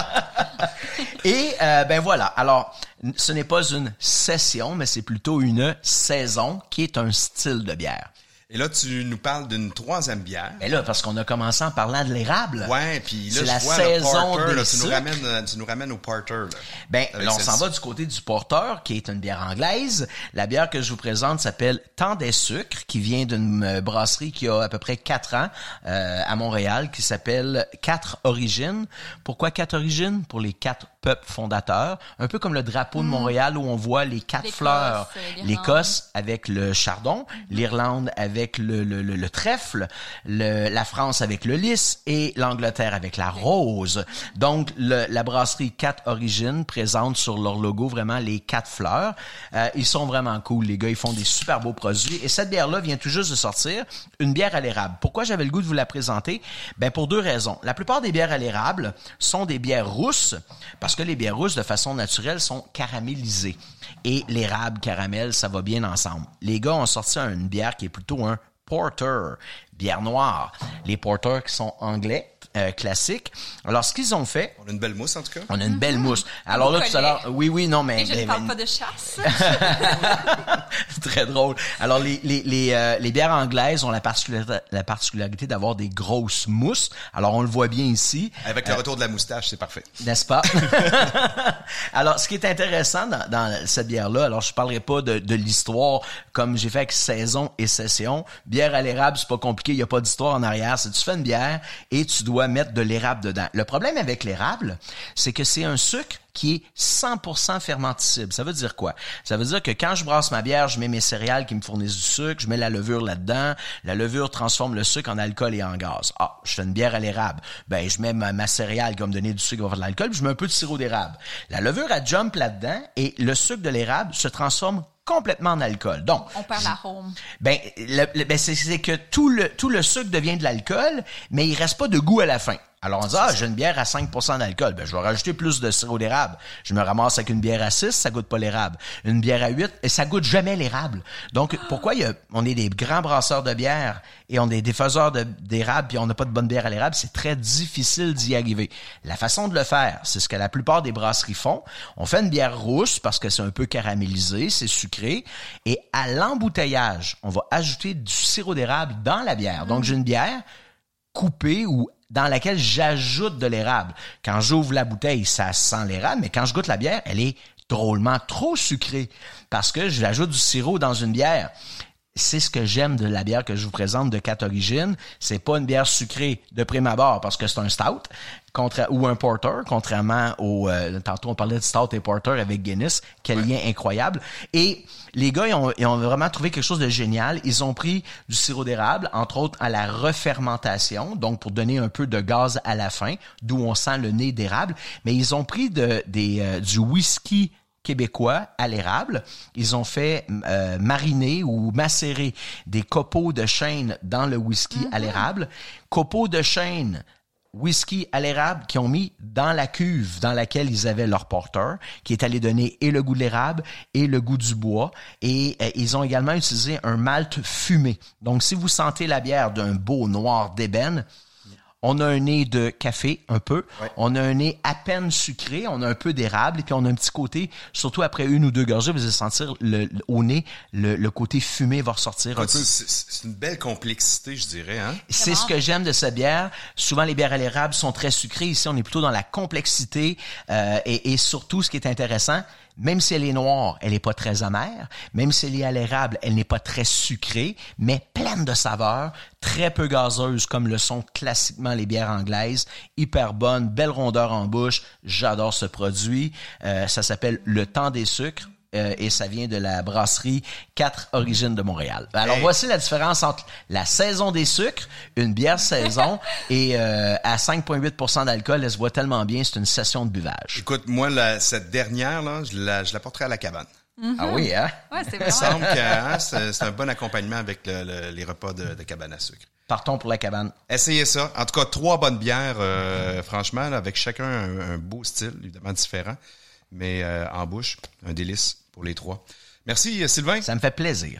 Et euh, ben voilà. Alors, ce n'est pas une session, mais c'est plutôt une saison qui est un style de bière. Et là, tu nous parles d'une troisième bière. Mais là, parce qu'on a commencé en parlant de l'érable. Ouais, puis là, c'est je la vois saison le porter, des là, tu sucres. nous ramènes, tu nous ramènes au porter. Là, ben, là, on s'en va du côté du porter, qui est une bière anglaise. La bière que je vous présente s'appelle Temps des sucres, qui vient d'une brasserie qui a à peu près quatre ans euh, à Montréal, qui s'appelle Quatre Origines. Pourquoi Quatre Origines? Pour les quatre peuples fondateurs. Un peu comme le drapeau mmh. de Montréal où on voit les quatre L'Écosse, fleurs. L'Écosse avec le chardon, mmh. l'Irlande avec le, le, le, le trèfle, le, la France avec le lys et l'Angleterre avec la rose. Donc, le, la brasserie Quatre Origines présente sur leur logo vraiment les quatre fleurs. Euh, ils sont vraiment cool, les gars. Ils font des super beaux produits. Et cette bière-là vient tout juste de sortir, une bière à l'érable. Pourquoi j'avais le goût de vous la présenter? Ben, pour deux raisons. La plupart des bières à l'érable sont des bières rousses, parce que les bières rousses, de façon naturelle, sont caramélisées. Et l'érable, caramel, ça va bien ensemble. Les gars ont sorti une bière qui est plutôt un porter, bière noire. Les porters qui sont anglais, euh, classiques. Alors, ce qu'ils ont fait... On a une belle mousse, en tout cas. On a une belle mousse. Alors là, tout à l'heure... Oui, oui, non, mais... Et je mais, ne parle mais, pas de chasse. C'est très drôle. Alors, les, les, les, euh, les bières anglaises ont la particularité, la particularité d'avoir des grosses mousses. Alors, on le voit bien ici. Avec le euh, retour de la moustache, c'est parfait. N'est-ce pas? Alors, ce qui est intéressant dans, dans cette bière-là, alors je parlerai pas de, de l'histoire comme j'ai fait avec saison et session. Bière à l'érable, c'est pas compliqué, il y a pas d'histoire en arrière. C'est tu fais une bière et tu dois mettre de l'érable dedans. Le problème avec l'érable, c'est que c'est un sucre qui est cent pour cent fermenticible. Ça veut dire quoi? Ça veut dire que quand je brasse ma bière, je mets mes céréales qui me fournissent du sucre, je mets la levure là-dedans, la levure transforme le sucre en alcool et en gaz. Ah, je fais une bière à l'érable. Ben, je mets ma, ma céréale qui va me donner du sucre, qui va faire de l'alcool, puis je mets un peu de sirop d'érable. La levure, elle jump là-dedans et le sucre de l'érable se transforme complètement en alcool. Donc, on perd l'arôme. Ben, le, le, ben c'est, c'est que tout le tout le sucre devient de l'alcool, mais il reste pas de goût à la fin. Alors on dit, ah, j'ai une bière à cinq pour cent d'alcool. Ben, je vais rajouter plus de sirop d'érable. Je me ramasse avec une bière à six, ça goûte pas l'érable. Une bière à huit, et ça goûte jamais l'érable. Donc, pourquoi il y a, on est des grands brasseurs de bière et on est des faiseurs de, d'érable puis on n'a pas de bonne bière à l'érable? C'est très difficile d'y arriver. La façon de le faire, c'est ce que la plupart des brasseries font. On fait une bière rousse parce que c'est un peu caramélisé, c'est sucré. Et à l'embouteillage, on va ajouter du sirop d'érable dans la bière. Donc, j'ai une bière coupée ou dans laquelle j'ajoute de l'érable. Quand j'ouvre la bouteille, ça sent l'érable, mais quand je goûte la bière, elle est drôlement trop sucrée parce que j'ajoute du sirop dans une bière. C'est ce que j'aime de la bière que je vous présente de Quatre Origines. C'est pas une bière sucrée de prime abord parce que c'est un stout contra- ou un porter, contrairement au... Euh, tantôt, on parlait de stout et porter avec Guinness. Quel ouais. lien incroyable. Et les gars, ils ont, ils ont vraiment trouvé quelque chose de génial. Ils ont pris du sirop d'érable, entre autres à la refermentation, donc pour donner un peu de gaz à la fin, d'où on sent le nez d'érable. Mais ils ont pris de, des, euh, du whisky québécois à l'érable. Ils ont fait euh, mariner ou macérer des copeaux de chêne dans le whisky mm-hmm. à l'érable. Copeaux de chêne, whisky à l'érable qui ont mis dans la cuve dans laquelle ils avaient leur porter, qui est allé donner et le goût de l'érable et le goût du bois. Et euh, ils ont également utilisé un malt fumé. Donc, si vous sentez la bière d'un beau noir d'ébène, on a un nez de café, un peu. Ouais. On a un nez à peine sucré. On a un peu d'érable. Et puis, on a un petit côté, surtout après une ou deux gorgées, vous allez sentir le, le, au nez, le, le côté fumé va ressortir ah, un peu. C'est, c'est une belle complexité, je dirais. Hein? C'est Comment? Ce que j'aime de cette bière. Souvent, les bières à l'érable sont très sucrées. Ici, on est plutôt dans la complexité. Euh, et, et surtout, ce qui est intéressant, Même si elle est noire, elle n'est pas très amère. Même si elle est à l'érable, elle n'est pas très sucrée, mais pleine de saveurs, très peu gazeuse comme le sont classiquement les bières anglaises. Hyper bonne, belle rondeur en bouche. J'adore ce produit. Euh, ça s'appelle Le Temps des Sucres. Euh, et ça vient de la brasserie Quatre Origines de Montréal. Alors, hey. Voici la différence entre la saison des sucres, une bière saison, et euh, à cinq virgule huit pour cent d'alcool, elle se voit tellement bien, c'est une session de buvage. Écoute, moi, la, cette dernière-là, je la, je la porterai à la cabane. Mm-hmm. Ah oui, hein? Ouais, c'est Il me semble que hein, c'est, c'est un bon accompagnement avec le, le, les repas de, de cabane à sucre. Partons pour la cabane. Essayez ça. En tout cas, trois bonnes bières, euh, franchement, là, avec chacun un, un beau style, évidemment différent, mais euh, en bouche, un délice pour les trois. Merci, Sylvain. Ça me fait plaisir.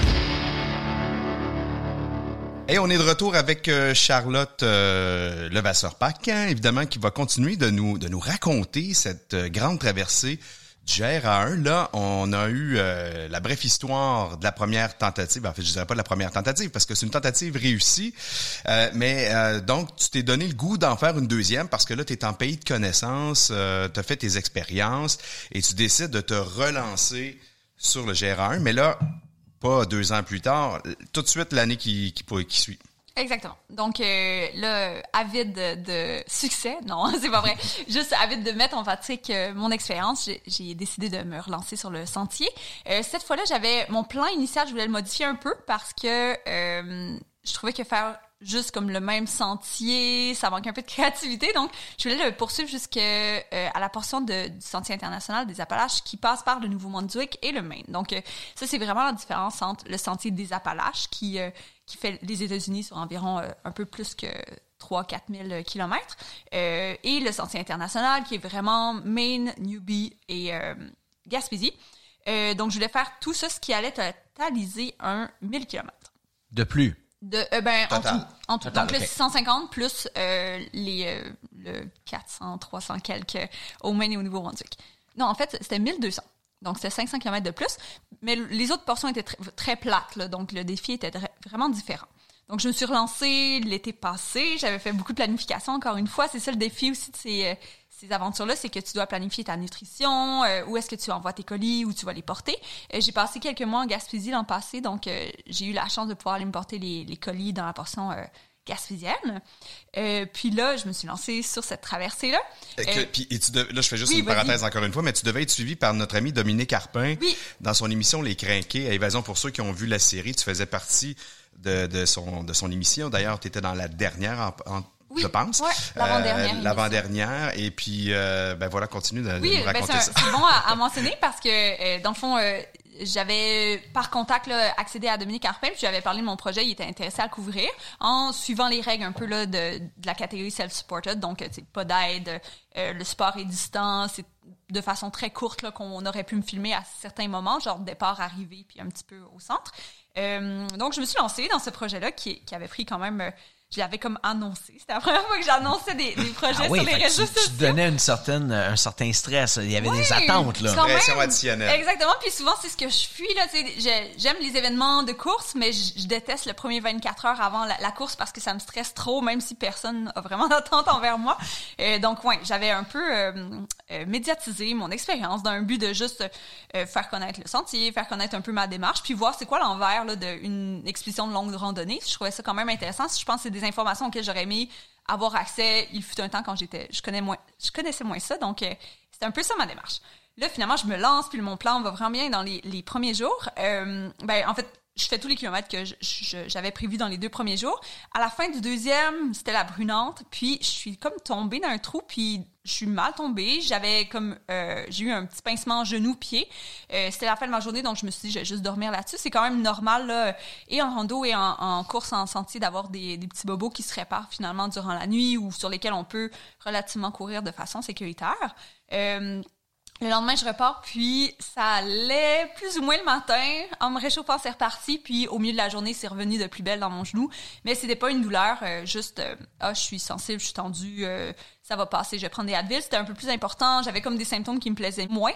Et on est de retour avec euh, Charlotte euh, Levasseur-Paquin, évidemment, qui va continuer de nous de nous raconter cette euh, grande traversée du G R A un. Là, on a eu euh, la brève histoire de la première tentative. En fait, je dirais pas de la première tentative parce que c'est une tentative réussie. Euh, mais euh, donc, tu t'es donné le goût d'en faire une deuxième parce que là, tu es en pays de connaissances, euh, tu as fait tes expériences et tu décides de te relancer sur le G R A un. Mais là, pas deux ans plus tard, tout de suite l'année qui, qui, qui suit. Exactement. Donc euh, là, avide de, de succès, non, c'est pas vrai. Juste avide de mettre en pratique euh, mon expérience, j'ai, j'ai décidé de me relancer sur le sentier. Euh, cette fois-là, j'avais mon plan initial, je voulais le modifier un peu parce que euh, je trouvais que faire juste comme le même sentier, ça manque un peu de créativité. Donc, je voulais le poursuivre jusqu'à euh, à la portion de, du Sentier international des Appalaches qui passe par le Nouveau-Brunswick et le Maine. Donc, euh, ça, c'est vraiment la différence entre le Sentier des Appalaches qui euh, qui fait les États-Unis sur environ euh, un peu plus que trois à quatre mille kilomètres, euh, et le Sentier international qui est vraiment Maine, Newby et euh, Gaspésie. Euh, donc, je voulais faire tout ça, ce qui allait totaliser un mille kilomètres. De plus? De, euh, ben, en tout. En tout. Total, Donc, okay. le six cent cinquante plus euh, les, euh, le quatre cents, trois cents quelques au Maine et au Nouveau-Brunswick. Non, en fait, c'était mille deux cents. Donc, c'était cinq cents kilomètres de plus. Mais les autres portions étaient très, très plates, là, donc le défi était dr- vraiment différent. Donc, je me suis relancée l'été passé. J'avais fait beaucoup de planification, encore une fois. C'est ça le défi aussi de ces, euh, ces aventures-là, c'est que tu dois planifier ta nutrition, euh, où est-ce que tu envoies tes colis, où tu vas les porter. Euh, j'ai passé quelques mois en Gaspésie l'an passé, donc euh, j'ai eu la chance de pouvoir aller me porter les, les colis dans la portion euh, gaspésienne. Euh, puis là, je me suis lancée sur cette traversée-là. Et que, euh, puis, et tu de, là, je fais juste oui, une vas-y. parenthèse encore une fois, mais tu devais être suivi par notre ami Dominique Harpin oui. dans son émission Les Crinqués à Évasion. Pour ceux qui ont vu la série, tu faisais partie de, de, son, de son émission. D'ailleurs, tu étais dans la dernière, en, en, oui. je pense. Ouais, l'avant-dernière. Euh, l'avant-dernière. Et puis, euh, ben voilà, continue de, oui, de nous raconter ben c'est ça. Un, c'est bon à, à mentionner parce que, euh, dans le fond, euh, j'avais, par contact, là, accédé à Dominique Harpin, puis j'avais parlé de mon projet, il était intéressé à le couvrir, en suivant les règles un peu là, de, de la catégorie self-supported, donc c'est pas d'aide, euh, le sport est distant, c'est de façon très courte là, qu'on aurait pu me filmer à certains moments, genre départ, arrivée, puis un petit peu au centre. Euh, donc, je me suis lancée dans ce projet-là qui, qui avait pris quand même... Euh, je l'avais comme annoncé. C'était la première fois que j'annonçais des, des projets ah oui, sur les réseaux tu, sociaux. Tu donnais une certaine, un certain stress. Il y avait oui, des attentes, là. Pression additionnelle. Exactement. Puis souvent, c'est ce que je fuis, là. Tu sais, j'aime les événements de course, mais je, je déteste le premier vingt-quatre heures avant la, la course parce que ça me stresse trop, même si personne a vraiment d'attente envers moi. Euh, donc, ouais, j'avais un peu euh, euh, médiatisé mon expérience dans un but de juste euh, faire connaître le sentier, faire connaître un peu ma démarche, puis voir c'est quoi l'envers, là, d'une expédition de longue randonnée. Je trouvais ça quand même intéressant. Je pense que c'est des informations auxquelles j'aurais aimé avoir accès. Il fut un temps quand j'étais, je connais moins, je connaissais moins ça, donc euh, c'était un peu ça ma démarche. Là, finalement, je me lance, puis mon plan va vraiment bien dans les, les premiers jours. Euh, ben, en fait, je fais tous les kilomètres que je, je, j'avais prévus dans les deux premiers jours. À la fin du deuxième, c'était la brunante, puis je suis comme tombée dans un trou, puis je suis mal tombée. J'avais comme, euh, j'ai eu un petit pincement genou-pied. Euh, c'était la fin de ma journée, donc je me suis dit, je vais juste dormir là-dessus. C'est quand même normal, là, et en rando et en, en course en sentier, d'avoir des, des petits bobos qui se réparent finalement durant la nuit ou sur lesquels on peut relativement courir de façon sécuritaire. Euh, Le lendemain, je repars, puis ça allait plus ou moins le matin. En me réchauffant, c'est reparti, puis au milieu de la journée, c'est revenu de plus belle dans mon genou. Mais c'était pas une douleur, euh, juste euh, « Ah, je suis sensible, je suis tendue, euh, ça va passer, je vais prendre des Advil ». C'était un peu plus important, j'avais comme des symptômes qui me plaisaient moins.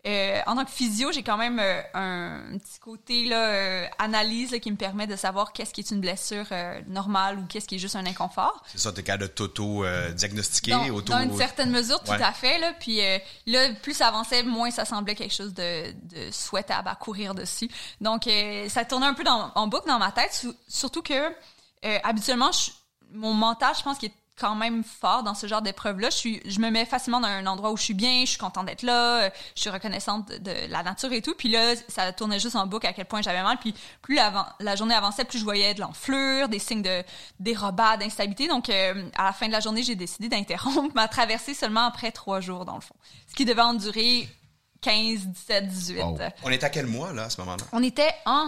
Euh, en tant que physio, j'ai quand même euh, un, un petit côté là, euh, analyse là, qui me permet de savoir qu'est-ce qui est une blessure euh, normale ou qu'est-ce qui est juste un inconfort. C'est ça, t'es capable de t'auto-diagnostiquer. Dans, auto... dans une certaine mesure, tout ouais. à fait. Là, puis euh, là, plus ça avançait, moins ça semblait quelque chose de, de souhaitable à courir dessus. Donc, euh, ça tournait un peu dans, en boucle dans ma tête, su- surtout que euh, habituellement, je, mon mental, je pense qu'il est quand même fort dans ce genre d'épreuve-là. Je suis, je me mets facilement dans un endroit où je suis bien, je suis contente d'être là, je suis reconnaissante de, de la nature et tout. Puis là, ça tournait juste en boucle à quel point j'avais mal. Puis plus la, la journée avançait, plus je voyais de l'enflure, des signes de dérobade, d'instabilité. Donc, euh, à la fin de la journée, j'ai décidé d'interrompre ma traversée seulement après trois jours, dans le fond. Ce qui devait en durer quinze, dix-sept, dix-huit. Wow. On était à quel mois, là, à ce moment-là? On était en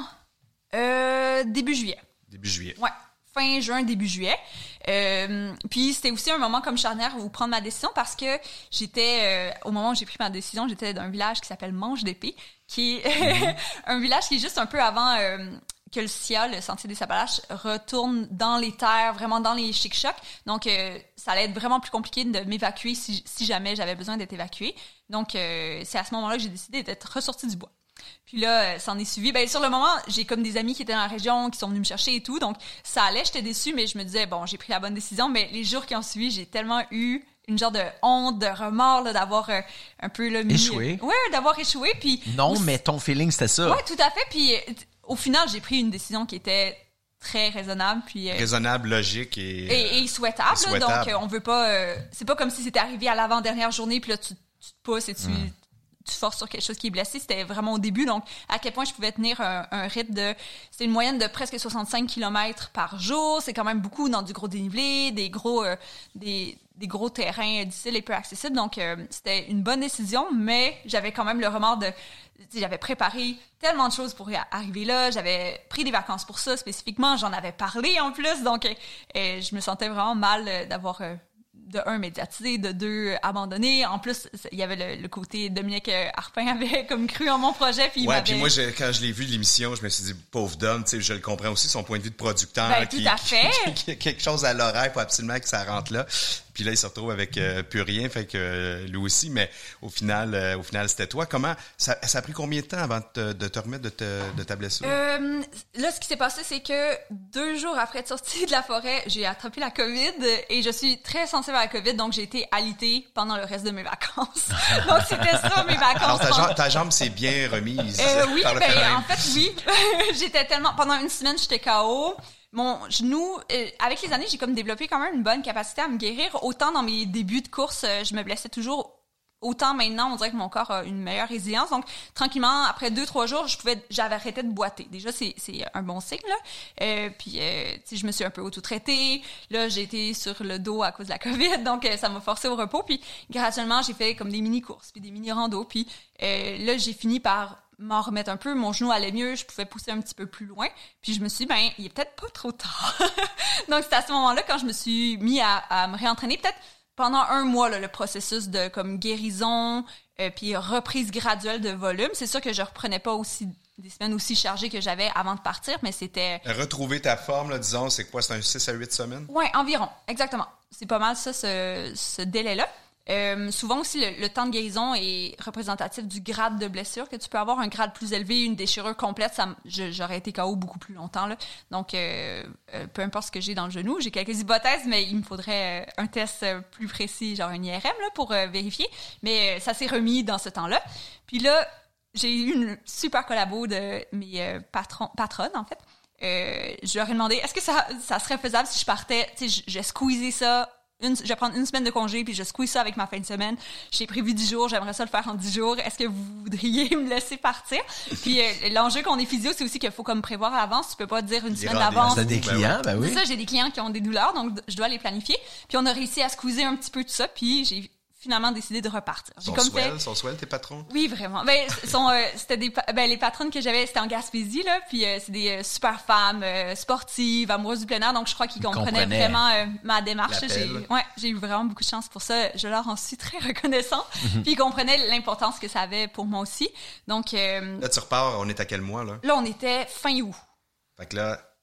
euh, début juillet. Début juillet. Ouais. Fin juin, début juillet. Euh, puis c'était aussi un moment comme charnière où prendre ma décision parce que j'étais, euh, au moment où j'ai pris ma décision, j'étais dans un village qui s'appelle Manche d'Épée, qui est mm-hmm. un village qui est juste un peu avant euh, que le S I A, le Sentier des Appalaches, retourne dans les terres, vraiment dans les chic-chocs. Donc, euh, ça allait être vraiment plus compliqué de m'évacuer si, si jamais j'avais besoin d'être évacuée. Donc, euh, c'est à ce moment-là que j'ai décidé d'être ressortie du bois. Puis là, ça en est suivi. Ben, sur le moment, j'ai comme des amis qui étaient dans la région, qui sont venus me chercher et tout. Donc, ça allait, j'étais déçue, mais je me disais, bon, j'ai pris la bonne décision. Mais les jours qui ont suivi, j'ai tellement eu une genre de honte, de remords, là, d'avoir euh, un peu le mis... Échoué. Ouais, d'avoir échoué. Puis non, aussi... mais ton feeling, c'était ça. Ouais, tout à fait. Puis au final, j'ai pris une décision qui était très raisonnable. Puis, euh, raisonnable, logique et... Et, et souhaitable. Et souhaitable. Là, donc, euh, on veut pas... Euh, c'est pas comme si c'était arrivé à l'avant-dernière journée, puis là, tu, tu te pousses et tu... Mm. tu forces sur quelque chose qui est blessé. C'était vraiment au début. Donc, à quel point je pouvais tenir un, un rythme de... C'était une moyenne de presque soixante-cinq kilomètres par jour. C'est quand même beaucoup dans du gros dénivelé, des gros, euh, des, des gros terrains difficiles et peu accessibles. Donc, euh, c'était une bonne décision, mais j'avais quand même le remords de... J'avais préparé tellement de choses pour y arriver là. J'avais pris des vacances pour ça spécifiquement. J'en avais parlé en plus. Donc, euh, je me sentais vraiment mal d'avoir... Euh, de un, médiatisé, de deux, abandonné. En plus, il y avait le, le côté Dominique Harpin avait comme cru en mon projet. Puis il ouais, m'avait... puis moi, je, quand je l'ai vu l'émission, je me suis dit, pauvre Dom, tu sais, je le comprends aussi, son point de vue de producteur. Ben, qui, tout à fait. Qui, qui, qui a quelque chose à l'oreille pour absolument que ça rentre là. Puis là, il se retrouve avec euh, plus rien, fait que euh, lui aussi, mais au final, euh, au final, c'était toi. Comment, ça, ça a pris combien de temps avant de te, de te remettre de, te, de ta blessure? Euh, là, ce qui s'est passé, c'est que deux jours après être sortie de la forêt, j'ai attrapé la COVID et je suis très sensible à la COVID, donc j'ai été alitée pendant le reste de mes vacances. Donc, c'était ça, mes vacances. Alors, ta, jambe, ta jambe s'est bien remise. Euh, oui, par le ben, fait en fait, oui. J'étais tellement, pendant une semaine, j'étais K O. Mon genou, euh, avec les années, j'ai comme développé quand même une bonne capacité à me guérir. Autant dans mes débuts de course, euh, je me blessais toujours. Autant maintenant, on dirait que mon corps a une meilleure résilience. Donc, tranquillement, après deux, trois jours, je pouvais, j'avais arrêté de boiter. Déjà, c'est, c'est un bon signe, là. Euh, puis, euh, tu sais, je me suis un peu auto-traitée. Là, j'ai été sur le dos à cause de la COVID. Donc, euh, ça m'a forcé au repos. Puis, graduellement, j'ai fait comme des mini-courses, puis des mini-randos. Puis, euh, là, j'ai fini par m'en remettre un peu. Mon genou allait mieux. Je pouvais pousser un petit peu plus loin. Puis, je me suis dit, ben, il est peut-être pas trop tard. Donc, c'est à ce moment-là, quand je me suis mis à, à me réentraîner, peut-être pendant un mois, là, le processus de comme guérison, euh, puis reprise graduelle de volume. C'est sûr que je reprenais pas aussi des semaines aussi chargées que j'avais avant de partir, mais c'était... Retrouver ta forme, là, disons, c'est quoi? C'est un six à huit semaines? Ouais, environ, exactement. C'est pas mal ça, ce, ce délai-là. Euh, souvent aussi, le, le temps de guérison est représentatif du grade de blessure que tu peux avoir. Un grade plus élevé, une déchirure complète, ça, je, j'aurais été K O beaucoup plus longtemps, là. Donc, euh, euh, peu importe ce que j'ai dans le genou, j'ai quelques hypothèses, mais il me faudrait euh, un test euh, plus précis, genre un I R M, là, pour euh, vérifier. Mais euh, ça s'est remis dans ce temps-là. Puis là, j'ai eu une super collabo de mes euh, patrons, patronnes, en fait. Euh, je leur ai demandé, est-ce que ça, ça serait faisable si je partais, tu sais, je, je squeezais ça. Une, je vais prendre une semaine de congé puis je squeeze ça avec ma fin de semaine. J'ai prévu dix jours, j'aimerais ça le faire en dix jours. Est-ce que vous voudriez me laisser partir? Puis euh, l'enjeu qu'on est physio, c'est aussi qu'il faut comme prévoir à l'avance. Tu peux pas dire une semaine d'avance. T'as des clients, ben oui. C'est ça, j'ai des clients qui ont des douleurs, donc je dois les planifier. Puis on a réussi à squeezer un petit peu tout ça, puis j'ai finalement décidé de repartir. J'ai Son comme swell, fait... son swell, tes patrons? Oui, vraiment. Ben, sont, euh, c'était des, ben, les patronnes que j'avais, c'était en Gaspésie, là, puis euh, c'est des euh, super femmes, euh, sportives, amoureuses du plein air, donc je crois qu'ils comprenaient, comprenaient vraiment euh, ma démarche. J'ai, ouais, j'ai eu vraiment beaucoup de chance pour ça. Je leur en suis très reconnaissante. Mm-hmm. Puis ils comprenaient l'importance que ça avait pour moi aussi. Donc, euh, là, tu repars, on est à quel mois, là? Là, on était fin août. Fait que là,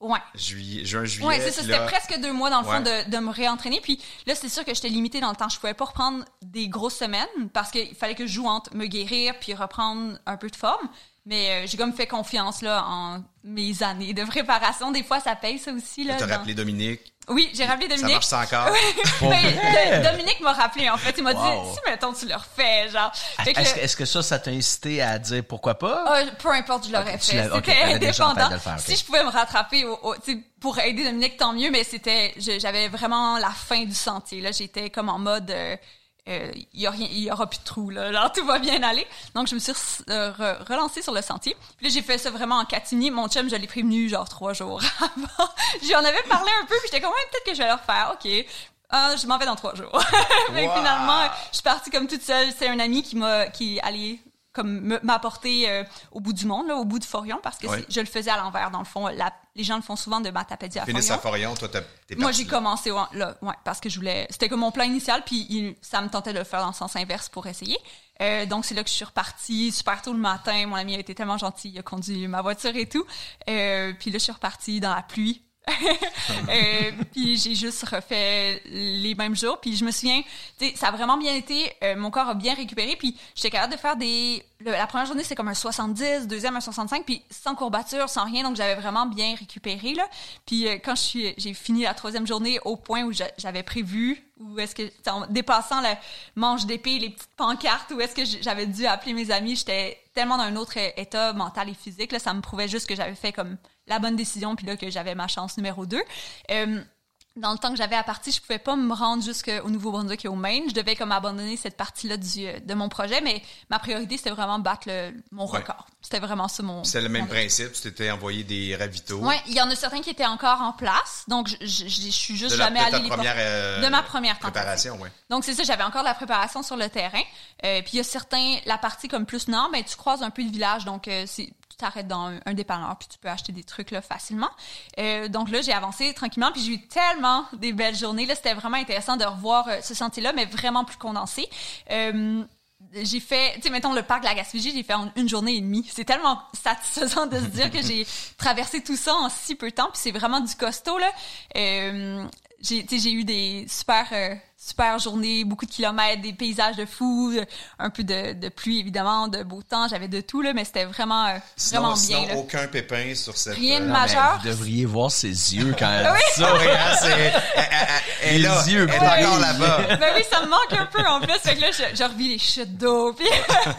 Ouais. Juillet, juin, juillet. Ouais, c'est ça. C'était là... presque deux mois, dans le fond, ouais. de, de me réentraîner. Puis là, c'est sûr que j'étais limitée dans le temps. Je pouvais pas reprendre des grosses semaines parce qu'il fallait que je joue entre me guérir puis reprendre un peu de forme. Mais euh, j'ai comme fait confiance là en mes années de préparation. Des fois, ça paye ça aussi. Là, tu as dans... rappelé Dominique. Oui, j'ai rappelé Dominique. Ça marche ça encore? Ben, Dominique m'a rappelé, en fait. Il m'a wow. dit, si, mettons, tu le refais, genre. Fait que est-ce, le... est-ce que ça, ça t'a incité à dire pourquoi pas? Euh, peu importe, je l'aurais okay, fait. okay, c'était indépendant. De le faire, okay. Si je pouvais me rattraper au, au, pour aider Dominique, tant mieux, mais c'était, je, j'avais vraiment la fin du sentier. Là, j'étais comme en mode... Euh, il euh, y a rien, il y aura plus de trous là, genre tout va bien aller. Donc je me suis euh, re- relancée sur le sentier. Puis là j'ai fait ça vraiment en catimini. Mon chum, je l'ai prévenu genre trois jours avant. J'en avais parlé un peu, puis j'étais comme ouais, peut-être que je vais le refaire. Ok, euh, je m'en vais dans trois jours. Mais wow. Finalement, je suis partie comme toute seule. C'est un ami qui m'a, qui allait comme m'a apporté euh, au bout du monde, là, au bout de Forion, parce que oui. Je le faisais à l'envers dans le fond. La, les gens le font souvent de Matapédia à Forion. Finis à Forion, toi t'es parti. Moi j'ai commencé là, là, ouais, parce que je voulais. C'était comme mon plan initial, puis il, ça me tentait de le faire dans le sens inverse pour essayer. Euh, donc c'est là que je suis repartie super tôt le matin. Mon ami a été tellement gentil, il a conduit ma voiture et tout. Euh, puis là je suis repartie dans la pluie. euh, puis j'ai juste refait les mêmes jours, puis je me souviens, tu sais, ça a vraiment bien été, euh, mon corps a bien récupéré, puis j'étais capable de faire des, le, la première journée c'est comme un soixante-dix, deuxième un soixante-cinq, puis sans courbature, sans rien, donc j'avais vraiment bien récupéré là. Puis euh, quand je suis, j'ai fini la troisième journée au point où j'avais prévu, où est-ce que, en dépassant le manche d'épée, les petites pancartes, où est-ce que j'avais dû appeler mes amis, j'étais tellement dans un autre état mental et physique là, ça me prouvait juste que j'avais fait comme la bonne décision, puis là, que j'avais ma chance numéro deux. Euh, dans le temps que j'avais à partir, je pouvais pas me rendre jusqu'au Nouveau-Brunswick et au Maine. Je devais comme abandonner cette partie-là du, de mon projet, mais ma priorité, c'était vraiment battre le, mon ouais. record. C'était vraiment ça mon... C'est le même mon principe, tu t'étais envoyé des ravitaux. Oui, il y en a certains qui étaient encore en place, donc je, je, je suis juste de la, jamais de allée ta les première, euh, de ma première préparation, oui. Donc c'est ça, j'avais encore de la préparation sur le terrain. Euh, puis il y a certains, la partie comme plus nord, ben tu croises un peu de village, donc euh, c'est... tu t'arrêtes dans un, un dépanneur puis tu peux acheter des trucs là facilement. Euh, donc là, j'ai avancé tranquillement puis j'ai eu tellement des belles journées. Là, c'était vraiment intéressant de revoir euh, ce sentier-là, mais vraiment plus condensé. Euh, j'ai fait, tu sais, mettons le parc de la Gaspésie, j'ai fait en une journée et demie. C'est tellement satisfaisant de se dire que j'ai traversé tout ça en si peu de temps puis c'est vraiment du costaud, là. Euh, j'ai, tu sais, j'ai eu des super... Euh, super journée, beaucoup de kilomètres, des paysages de fou, un peu de, de pluie évidemment, de beau temps, j'avais de tout là, mais c'était vraiment euh, sinon, vraiment sinon, bien. Sinon, aucun pépin sur cette... Rien de non, majeur. Vous devriez voir ses yeux quand elle oui. dit ça. Oui, hein, c'est... Elle, elle, elle, yeux, elle est encore là-bas. Ben oui, ça me manque un peu en plus, fait que là, je, je revis les chutes d'eau. Puis...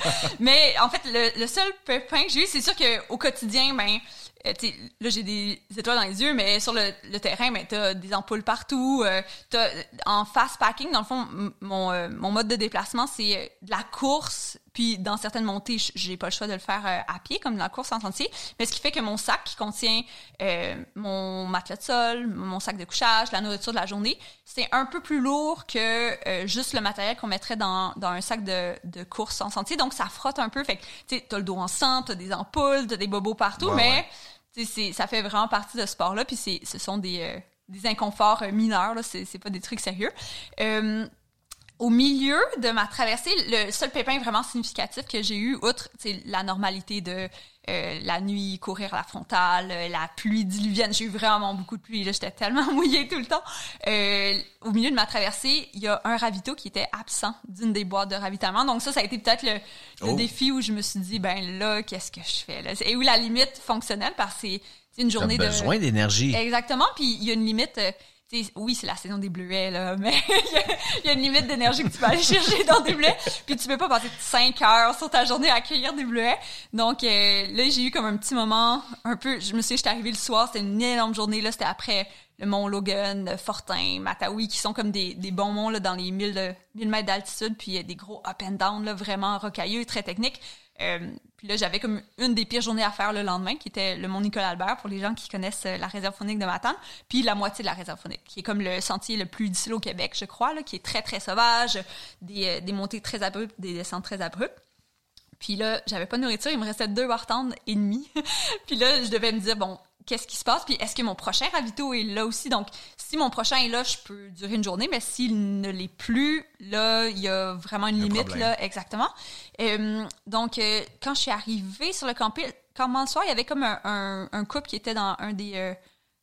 mais en fait, le, le seul pépin que j'ai eu, c'est sûr qu'au quotidien, ben... Euh, là, j'ai des étoiles dans les yeux, mais sur le, le terrain, ben, t'as des ampoules partout. Euh, t'as, en fast packing, dans le fond, m- mon, euh, mon mode de déplacement, c'est euh, de la course. Puis, dans certaines montées, j'ai pas le choix de le faire euh, à pied, comme la course en sentier. Mais ce qui fait que mon sac qui contient euh, mon matelas de sol, mon sac de couchage, la nourriture de la journée, c'est un peu plus lourd que euh, juste le matériel qu'on mettrait dans, dans un sac de, de course en sentier. Donc, ça frotte un peu. Fait que, tu sais, t'as le dos en sang, t'as des ampoules, t'as des bobos partout, ouais, mais... Ouais. C'est, ça fait vraiment partie de ce sport-là, puis c'est, ce sont des, euh, des inconforts euh, mineurs, là, c'est, c'est pas des trucs sérieux. Euh, au milieu de ma traversée, le seul pépin vraiment significatif que j'ai eu, outre la normalité de euh, la nuit, courir à la frontale, euh, la pluie diluvienne, j'ai eu vraiment beaucoup de pluie, là, j'étais tellement mouillée tout le temps. Euh, au milieu de ma traversée, il y a un ravito qui était absent d'une des boîtes de ravitaillement. Donc ça, ça a été peut-être le, le oh. défi où je me suis dit, ben là, qu'est-ce que je fais là? Et où la limite fonctionnelle, parce que c'est, c'est une journée T'as de... besoin d'énergie. Exactement, puis il y a une limite... Euh, oui, c'est la saison des bleuets, là, mais il y, y a une limite d'énergie que tu peux aller chercher dans des bleuets, puis tu peux pas passer cinq heures sur ta journée à cueillir des bleuets. Donc euh, là, j'ai eu comme un petit moment, un peu, je me souviens, j'étais arrivée le soir, c'était une énorme journée, là, c'était après le mont Logan, Fortin, Matawi, qui sont comme des, des bons monts là, dans les mille, de, mille mètres d'altitude, puis euh, des gros up and down, là, vraiment rocailleux, très techniques. Euh, puis là, j'avais comme une des pires journées à faire le lendemain, qui était le mont Nicolas-Albert, pour les gens qui connaissent la réserve faunique de Matane, puis la moitié de la réserve faunique, qui est comme le sentier le plus difficile au Québec, je crois, là, qui est très, très sauvage, des, des montées très abruptes, des descentes très abruptes. Puis là, j'avais pas de nourriture, il me restait deux bartendes et demi. Puis là, je devais me dire, bon, qu'est-ce qui se passe? Puis est-ce que mon prochain ravito est là aussi? Donc, si mon prochain est là, je peux durer une journée, mais s'il ne l'est plus, là, il y a vraiment une limite, problème. Là, exactement. Euh, donc, euh, quand je suis arrivée sur le camping, quand le soir, il y avait comme un, un, un couple qui était dans un des... Euh,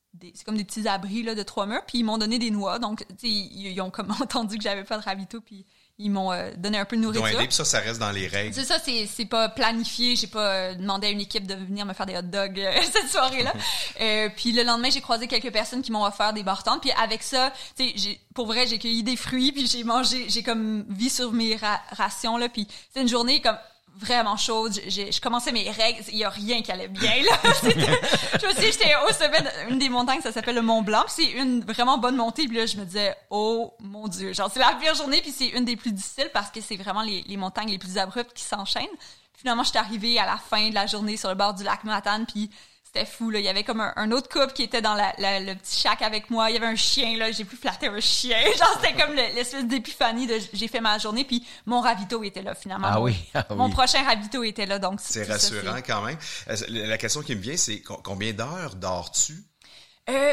des, c'est comme des petits abris là, de trois murs, puis ils m'ont donné des noix. Donc, tu sais, ils, ils ont comme entendu que j'avais pas de ravito, puis ils m'ont euh, donné un peu de nourriture. Ils ont aidé, puis ça, ça reste dans les règles. C'est ça, c'est, c'est pas planifié. J'ai pas euh, demandé à une équipe de venir me faire des hot dogs euh, cette soirée-là. euh, puis le lendemain, j'ai croisé quelques personnes qui m'ont offert des bartendes. Puis avec ça, tu sais, j'ai, pour vrai, j'ai cueilli des fruits, puis j'ai mangé, j'ai comme vu sur mes ra- rations, là. Puis c'est une journée comme vraiment chaude. J'ai, je commençais mes règles. Il y a rien qui allait bien, là. Je me suis dit, j'étais au sommet d'une des montagnes, ça s'appelle le Mont Blanc. Puis c'est une vraiment bonne montée. Puis là, je me disais, oh mon Dieu. Genre, c'est la pire journée, puis c'est une des plus difficiles parce que c'est vraiment les, les montagnes les plus abruptes qui s'enchaînent. Finalement, je suis arrivée à la fin de la journée sur le bord du lac Matane, puis c'était fou, là. Il y avait comme un, un autre couple qui était dans la, la, le petit shack avec moi. Il y avait un chien, là. J'ai pu flatter un chien. Genre, c'était comme le, l'espèce d'épiphanie de j'ai fait ma journée, puis mon ravito était là, finalement. Ah oui, ah Mon oui. prochain ravito était là, donc C'est ça, rassurant c'est... quand même. La question qui me vient, c'est combien d'heures dors-tu? Euh,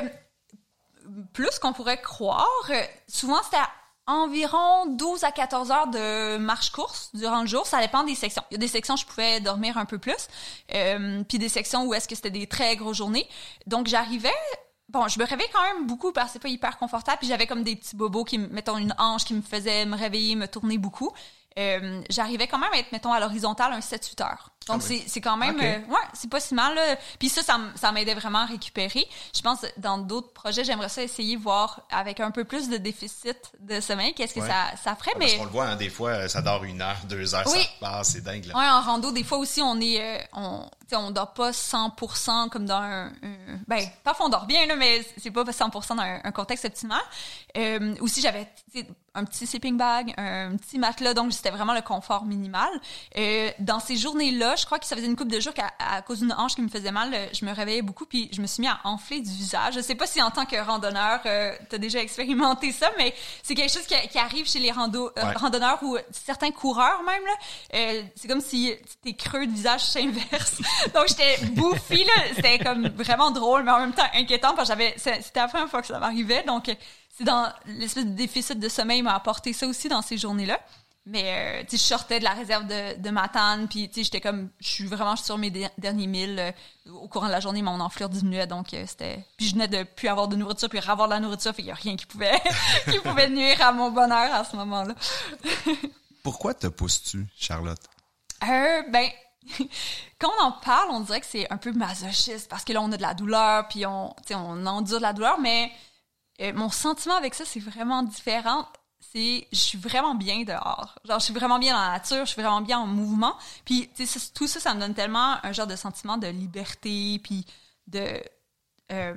plus qu'on pourrait croire. Euh, souvent, c'était à environ douze à quatorze heures de marche-course durant le jour. Ça dépend des sections. Il y a des sections où je pouvais dormir un peu plus, euh, puis des sections où est-ce que c'était des très grosses journées. Donc, j'arrivais... Bon, je me réveillais quand même beaucoup parce que c'est pas hyper confortable. Puis j'avais comme des petits bobos qui, mettons, une hanche qui me faisait me réveiller, me tourner beaucoup. Euh, j'arrivais quand même à être, mettons, à l'horizontale un sept huit heures. Donc, ah oui. c'est, c'est quand même... Okay. Euh, ouais, c'est pas si mal, là. Puis ça, ça, ça m'aidait vraiment à récupérer. Je pense, dans d'autres projets, j'aimerais ça essayer, voir avec un peu plus de déficit de sommeil, qu'est-ce que ouais. ça, ça ferait. Ouais, mais... Parce qu'on le voit, hein, des fois, ça dort une heure, deux heures, oui. ça passe, c'est dingue, là. Ouais, en rando, des fois aussi, on est... Euh, on, on dort pas cent pour cent comme dans un... un ben, parfois, on dort bien, là, mais c'est pas cent pour cent dans un, un contexte optimal. Euh, aussi, j'avais un petit sleeping bag, un petit matelas, donc c'était vraiment le confort minimal. Euh, dans ces journées-là, je crois que ça faisait une couple de jours qu'à à cause d'une hanche qui me faisait mal, je me réveillais beaucoup, puis je me suis mis à enfler du visage. Je sais pas si en tant que randonneur, euh, t'as déjà expérimenté ça, mais c'est quelque chose qui, qui arrive chez les rando, euh, ouais. randonneurs ou certains coureurs même, là. Euh, c'est comme si tes creux de visage s'inversent. Donc, j'étais bouffie, là. C'était comme vraiment drôle, mais en même temps inquiétant, parce que j'avais, c'était la première fois que ça m'arrivait. Donc, c'est dans l'espèce de déficit de sommeil m'a apporté ça aussi dans ces journées-là. Mais, euh, tu sais, je sortais de la réserve de, de Matane, puis, tu sais, j'étais comme, je suis vraiment sur mes de- derniers milles. Euh, au courant de la journée, mon enflure diminuait, donc euh, c'était... Puis je venais de plus avoir de nourriture, puis avoir de la nourriture, fait qu'il y a rien qui pouvait, qui pouvait nuire à mon bonheur à ce moment-là. Pourquoi te pousses-tu, Charlotte? Euh, ben... Quand on en parle, on dirait que c'est un peu masochiste, parce que là, on a de la douleur, puis on, tu sais, on endure de la douleur, mais euh, mon sentiment avec ça, c'est vraiment différent. C'est, je suis vraiment bien dehors. Genre, je suis vraiment bien dans la nature, je suis vraiment bien en mouvement. Puis, tu sais, tout ça, ça me donne tellement un genre de sentiment de liberté, puis de... Euh,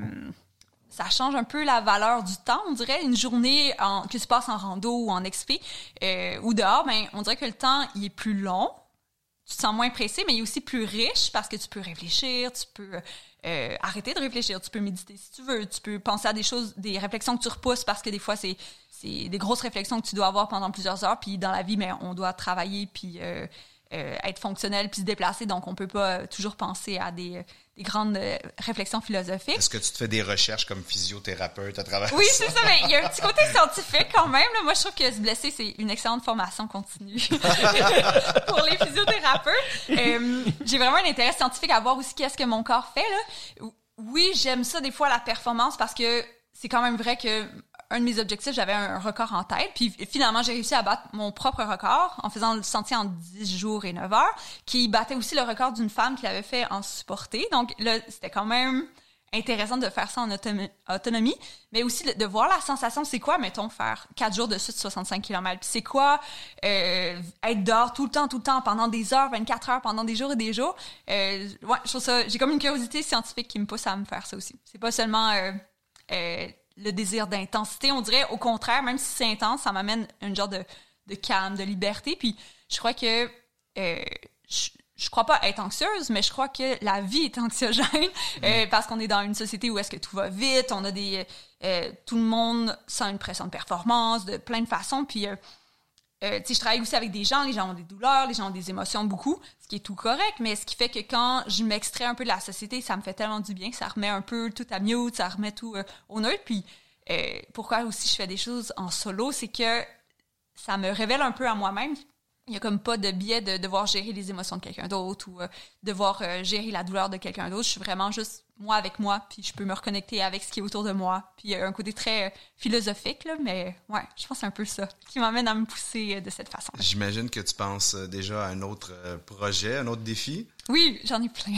ça change un peu la valeur du temps, on dirait. Une journée en, que tu passes en rando ou en expé euh, ou dehors, ben, on dirait que le temps, il est plus long. Tu te sens moins pressé, mais il est aussi plus riche parce que tu peux réfléchir, tu peux euh, arrêter de réfléchir, tu peux méditer si tu veux, tu peux penser à des choses, des réflexions que tu repousses parce que des fois, c'est, c'est des grosses réflexions que tu dois avoir pendant plusieurs heures. Puis dans la vie, mais on doit travailler puis euh, euh, être fonctionnel puis se déplacer. Donc, on peut pas toujours penser à des, des grandes euh, réflexions philosophiques. Est-ce que tu te fais des recherches comme physiothérapeute à travers Oui, ça? c'est ça. Mais il y a un petit côté scientifique quand même. Là. Moi, je trouve que se blesser, c'est une excellente formation continue pour les physiothérapeutes. Euh, j'ai vraiment un intérêt scientifique à voir aussi qu'est-ce que mon corps fait. Là. Oui, j'aime ça des fois, la performance, parce que c'est quand même vrai que un de mes objectifs, j'avais un record en tête. Puis finalement, j'ai réussi à battre mon propre record en faisant le sentier en dix jours et neuf heures, qui battait aussi le record d'une femme qui l'avait fait en supporté. Donc là, c'était quand même intéressant de faire ça en autom- autonomie, mais aussi de, de voir la sensation. C'est quoi, mettons, faire quatre jours de suite soixante-cinq kilomètres? Puis c'est quoi euh, être dehors tout le temps, tout le temps, pendant des heures, vingt-quatre heures, pendant des jours et des jours? Euh, ouais, je trouve ça... J'ai comme une curiosité scientifique qui me pousse à me faire ça aussi. C'est pas seulement... Euh, euh, le désir d'intensité, on dirait au contraire, même si c'est intense, ça m'amène un genre de, de calme, de liberté. Puis je crois que euh, je, je crois pas être anxieuse, mais je crois que la vie est anxiogène mmh. euh, parce qu'on est dans une société où est-ce que tout va vite, on a des euh, tout le monde sent une pression de performance de plein de façons. Puis euh, euh, tu sais, je travaille aussi avec des gens, les gens ont des douleurs, les gens ont des émotions beaucoup, ce qui est tout correct, mais ce qui fait que quand je m'extrais un peu de la société, ça me fait tellement du bien que ça remet un peu tout à mute, ça remet tout euh, au neutre. Puis euh, pourquoi aussi je fais des choses en solo, c'est que ça me révèle un peu à moi-même il y a comme pas de biais de devoir gérer les émotions de quelqu'un d'autre ou euh, devoir euh, gérer la douleur de quelqu'un d'autre. Je suis vraiment juste moi avec moi, puis je peux me reconnecter avec ce qui est autour de moi. Puis il y a un côté très euh, philosophique, là, mais ouais, je pense que c'est un peu ça qui m'amène à me pousser euh, de cette façon. J'imagine que tu penses déjà à un autre euh, projet, un autre défi. Oui, j'en ai plein.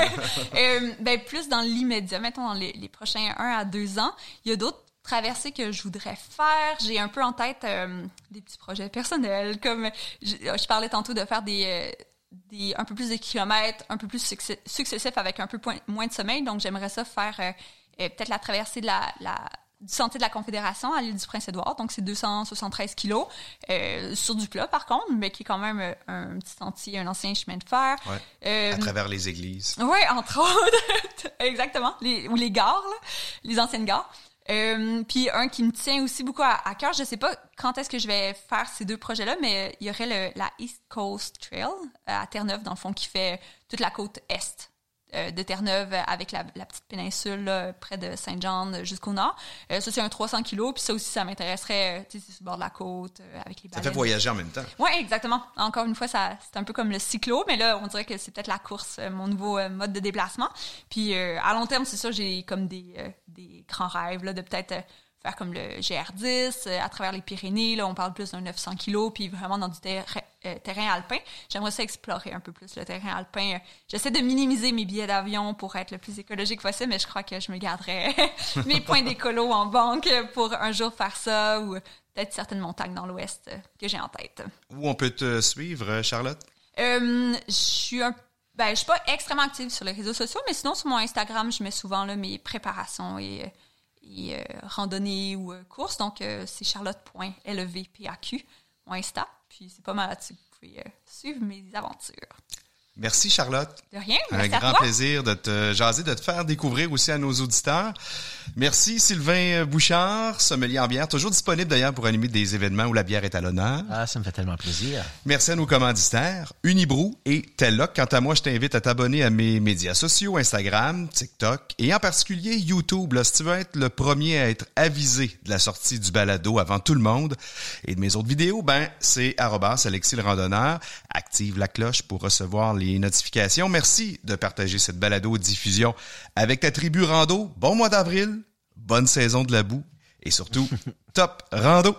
euh, ben, plus dans l'immédiat, mettons dans les, les prochains un à deux ans, il y a d'autres traversée que je voudrais faire. J'ai un peu en tête euh, des petits projets personnels, comme je, je parlais tantôt de faire des, euh, des un peu plus de kilomètres, un peu plus succès, successifs avec un peu point, moins de sommeil. Donc, j'aimerais ça faire euh, euh, peut-être la traversée de la, la, du Sentier de la Confédération à l'île du Prince-Édouard. Donc, c'est deux cent soixante-treize kilos euh, sur du plat, par contre, mais qui est quand même un, un petit sentier, un ancien chemin de fer. Ouais, euh, à travers les églises. Oui, entre autres. Exactement. Les, ou les gares, là, les anciennes gares. Euh, puis un qui me tient aussi beaucoup à, à cœur, je sais pas quand est-ce que je vais faire ces deux projets-là, mais il y aurait le, la East Coast Trail à Terre-Neuve, dans le fond, qui fait toute la côte est euh, de Terre-Neuve avec la, la petite péninsule là, près de Saint-Jean jusqu'au nord. Euh, ça, c'est un trois cents kilos, puis ça aussi, ça m'intéresserait, tu sais, c'est sur le bord de la côte, euh, avec les baleines. Ça fait voyager en même temps. Oui, exactement. Encore une fois, ça, c'est un peu comme le cyclo, mais là, on dirait que c'est peut-être la course, euh, mon nouveau euh, mode de déplacement. Puis euh, à long terme, c'est ça, j'ai comme des, euh, des grands rêves là, de peut-être euh, faire comme le G R dix euh, à travers les Pyrénées. Là, on parle plus d'un neuf cents kilos, puis vraiment dans du terrain, euh, terrain alpin. J'aimerais ça explorer un peu plus le terrain alpin. J'essaie de minimiser mes billets d'avion pour être le plus écologique possible, mais je crois que je me garderais mes points d'écolo en banque pour un jour faire ça, ou peut-être certaines montagnes dans l'ouest euh, que j'ai en tête. Où on peut te suivre, Charlotte? Euh, je suis un Ben, je suis pas extrêmement active sur les réseaux sociaux, mais sinon, sur mon Instagram, je mets souvent là, mes préparations et, et euh, randonnées ou euh, courses. Donc, euh, c'est charlotte point l e v p a q, mon Insta. Puis, c'est pas mal là-dessus que vous pouvez euh, suivre mes aventures. Merci, Charlotte. De rien, Un merci grand à toi. plaisir de te jaser, de te faire découvrir aussi à nos auditeurs. Merci, Sylvain Bouchard, sommelier en bière, toujours disponible d'ailleurs pour animer des événements où la bière est à l'honneur. Ah, ça me fait tellement plaisir. Merci à nos commanditaires, Unibrou et Telloc. Quant à moi, je t'invite à t'abonner à mes médias sociaux, Instagram, TikTok et en particulier YouTube. Là, si tu veux être le premier à être avisé de la sortie du balado avant tout le monde et de mes autres vidéos, ben c'est arobase Alexis le randonneur. Active la cloche pour recevoir les notifications. Merci de partager cette balado-diffusion avec ta tribu rando. Bon mois d'avril, bonne saison de la boue et surtout, top rando!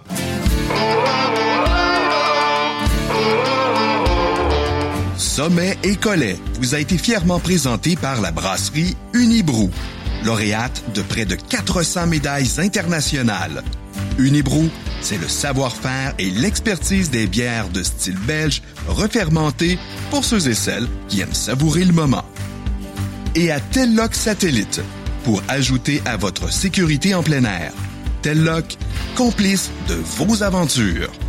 Sommet et Collet vous a été fièrement présenté par la brasserie Unibrou, lauréate de près de quatre cents médailles internationales. Unibrou, c'est le savoir-faire et l'expertise des bières de style belge refermentées pour ceux et celles qui aiment savourer le moment. Et à Telloc Satellite, pour ajouter à votre sécurité en plein air. Telloc, complice de vos aventures.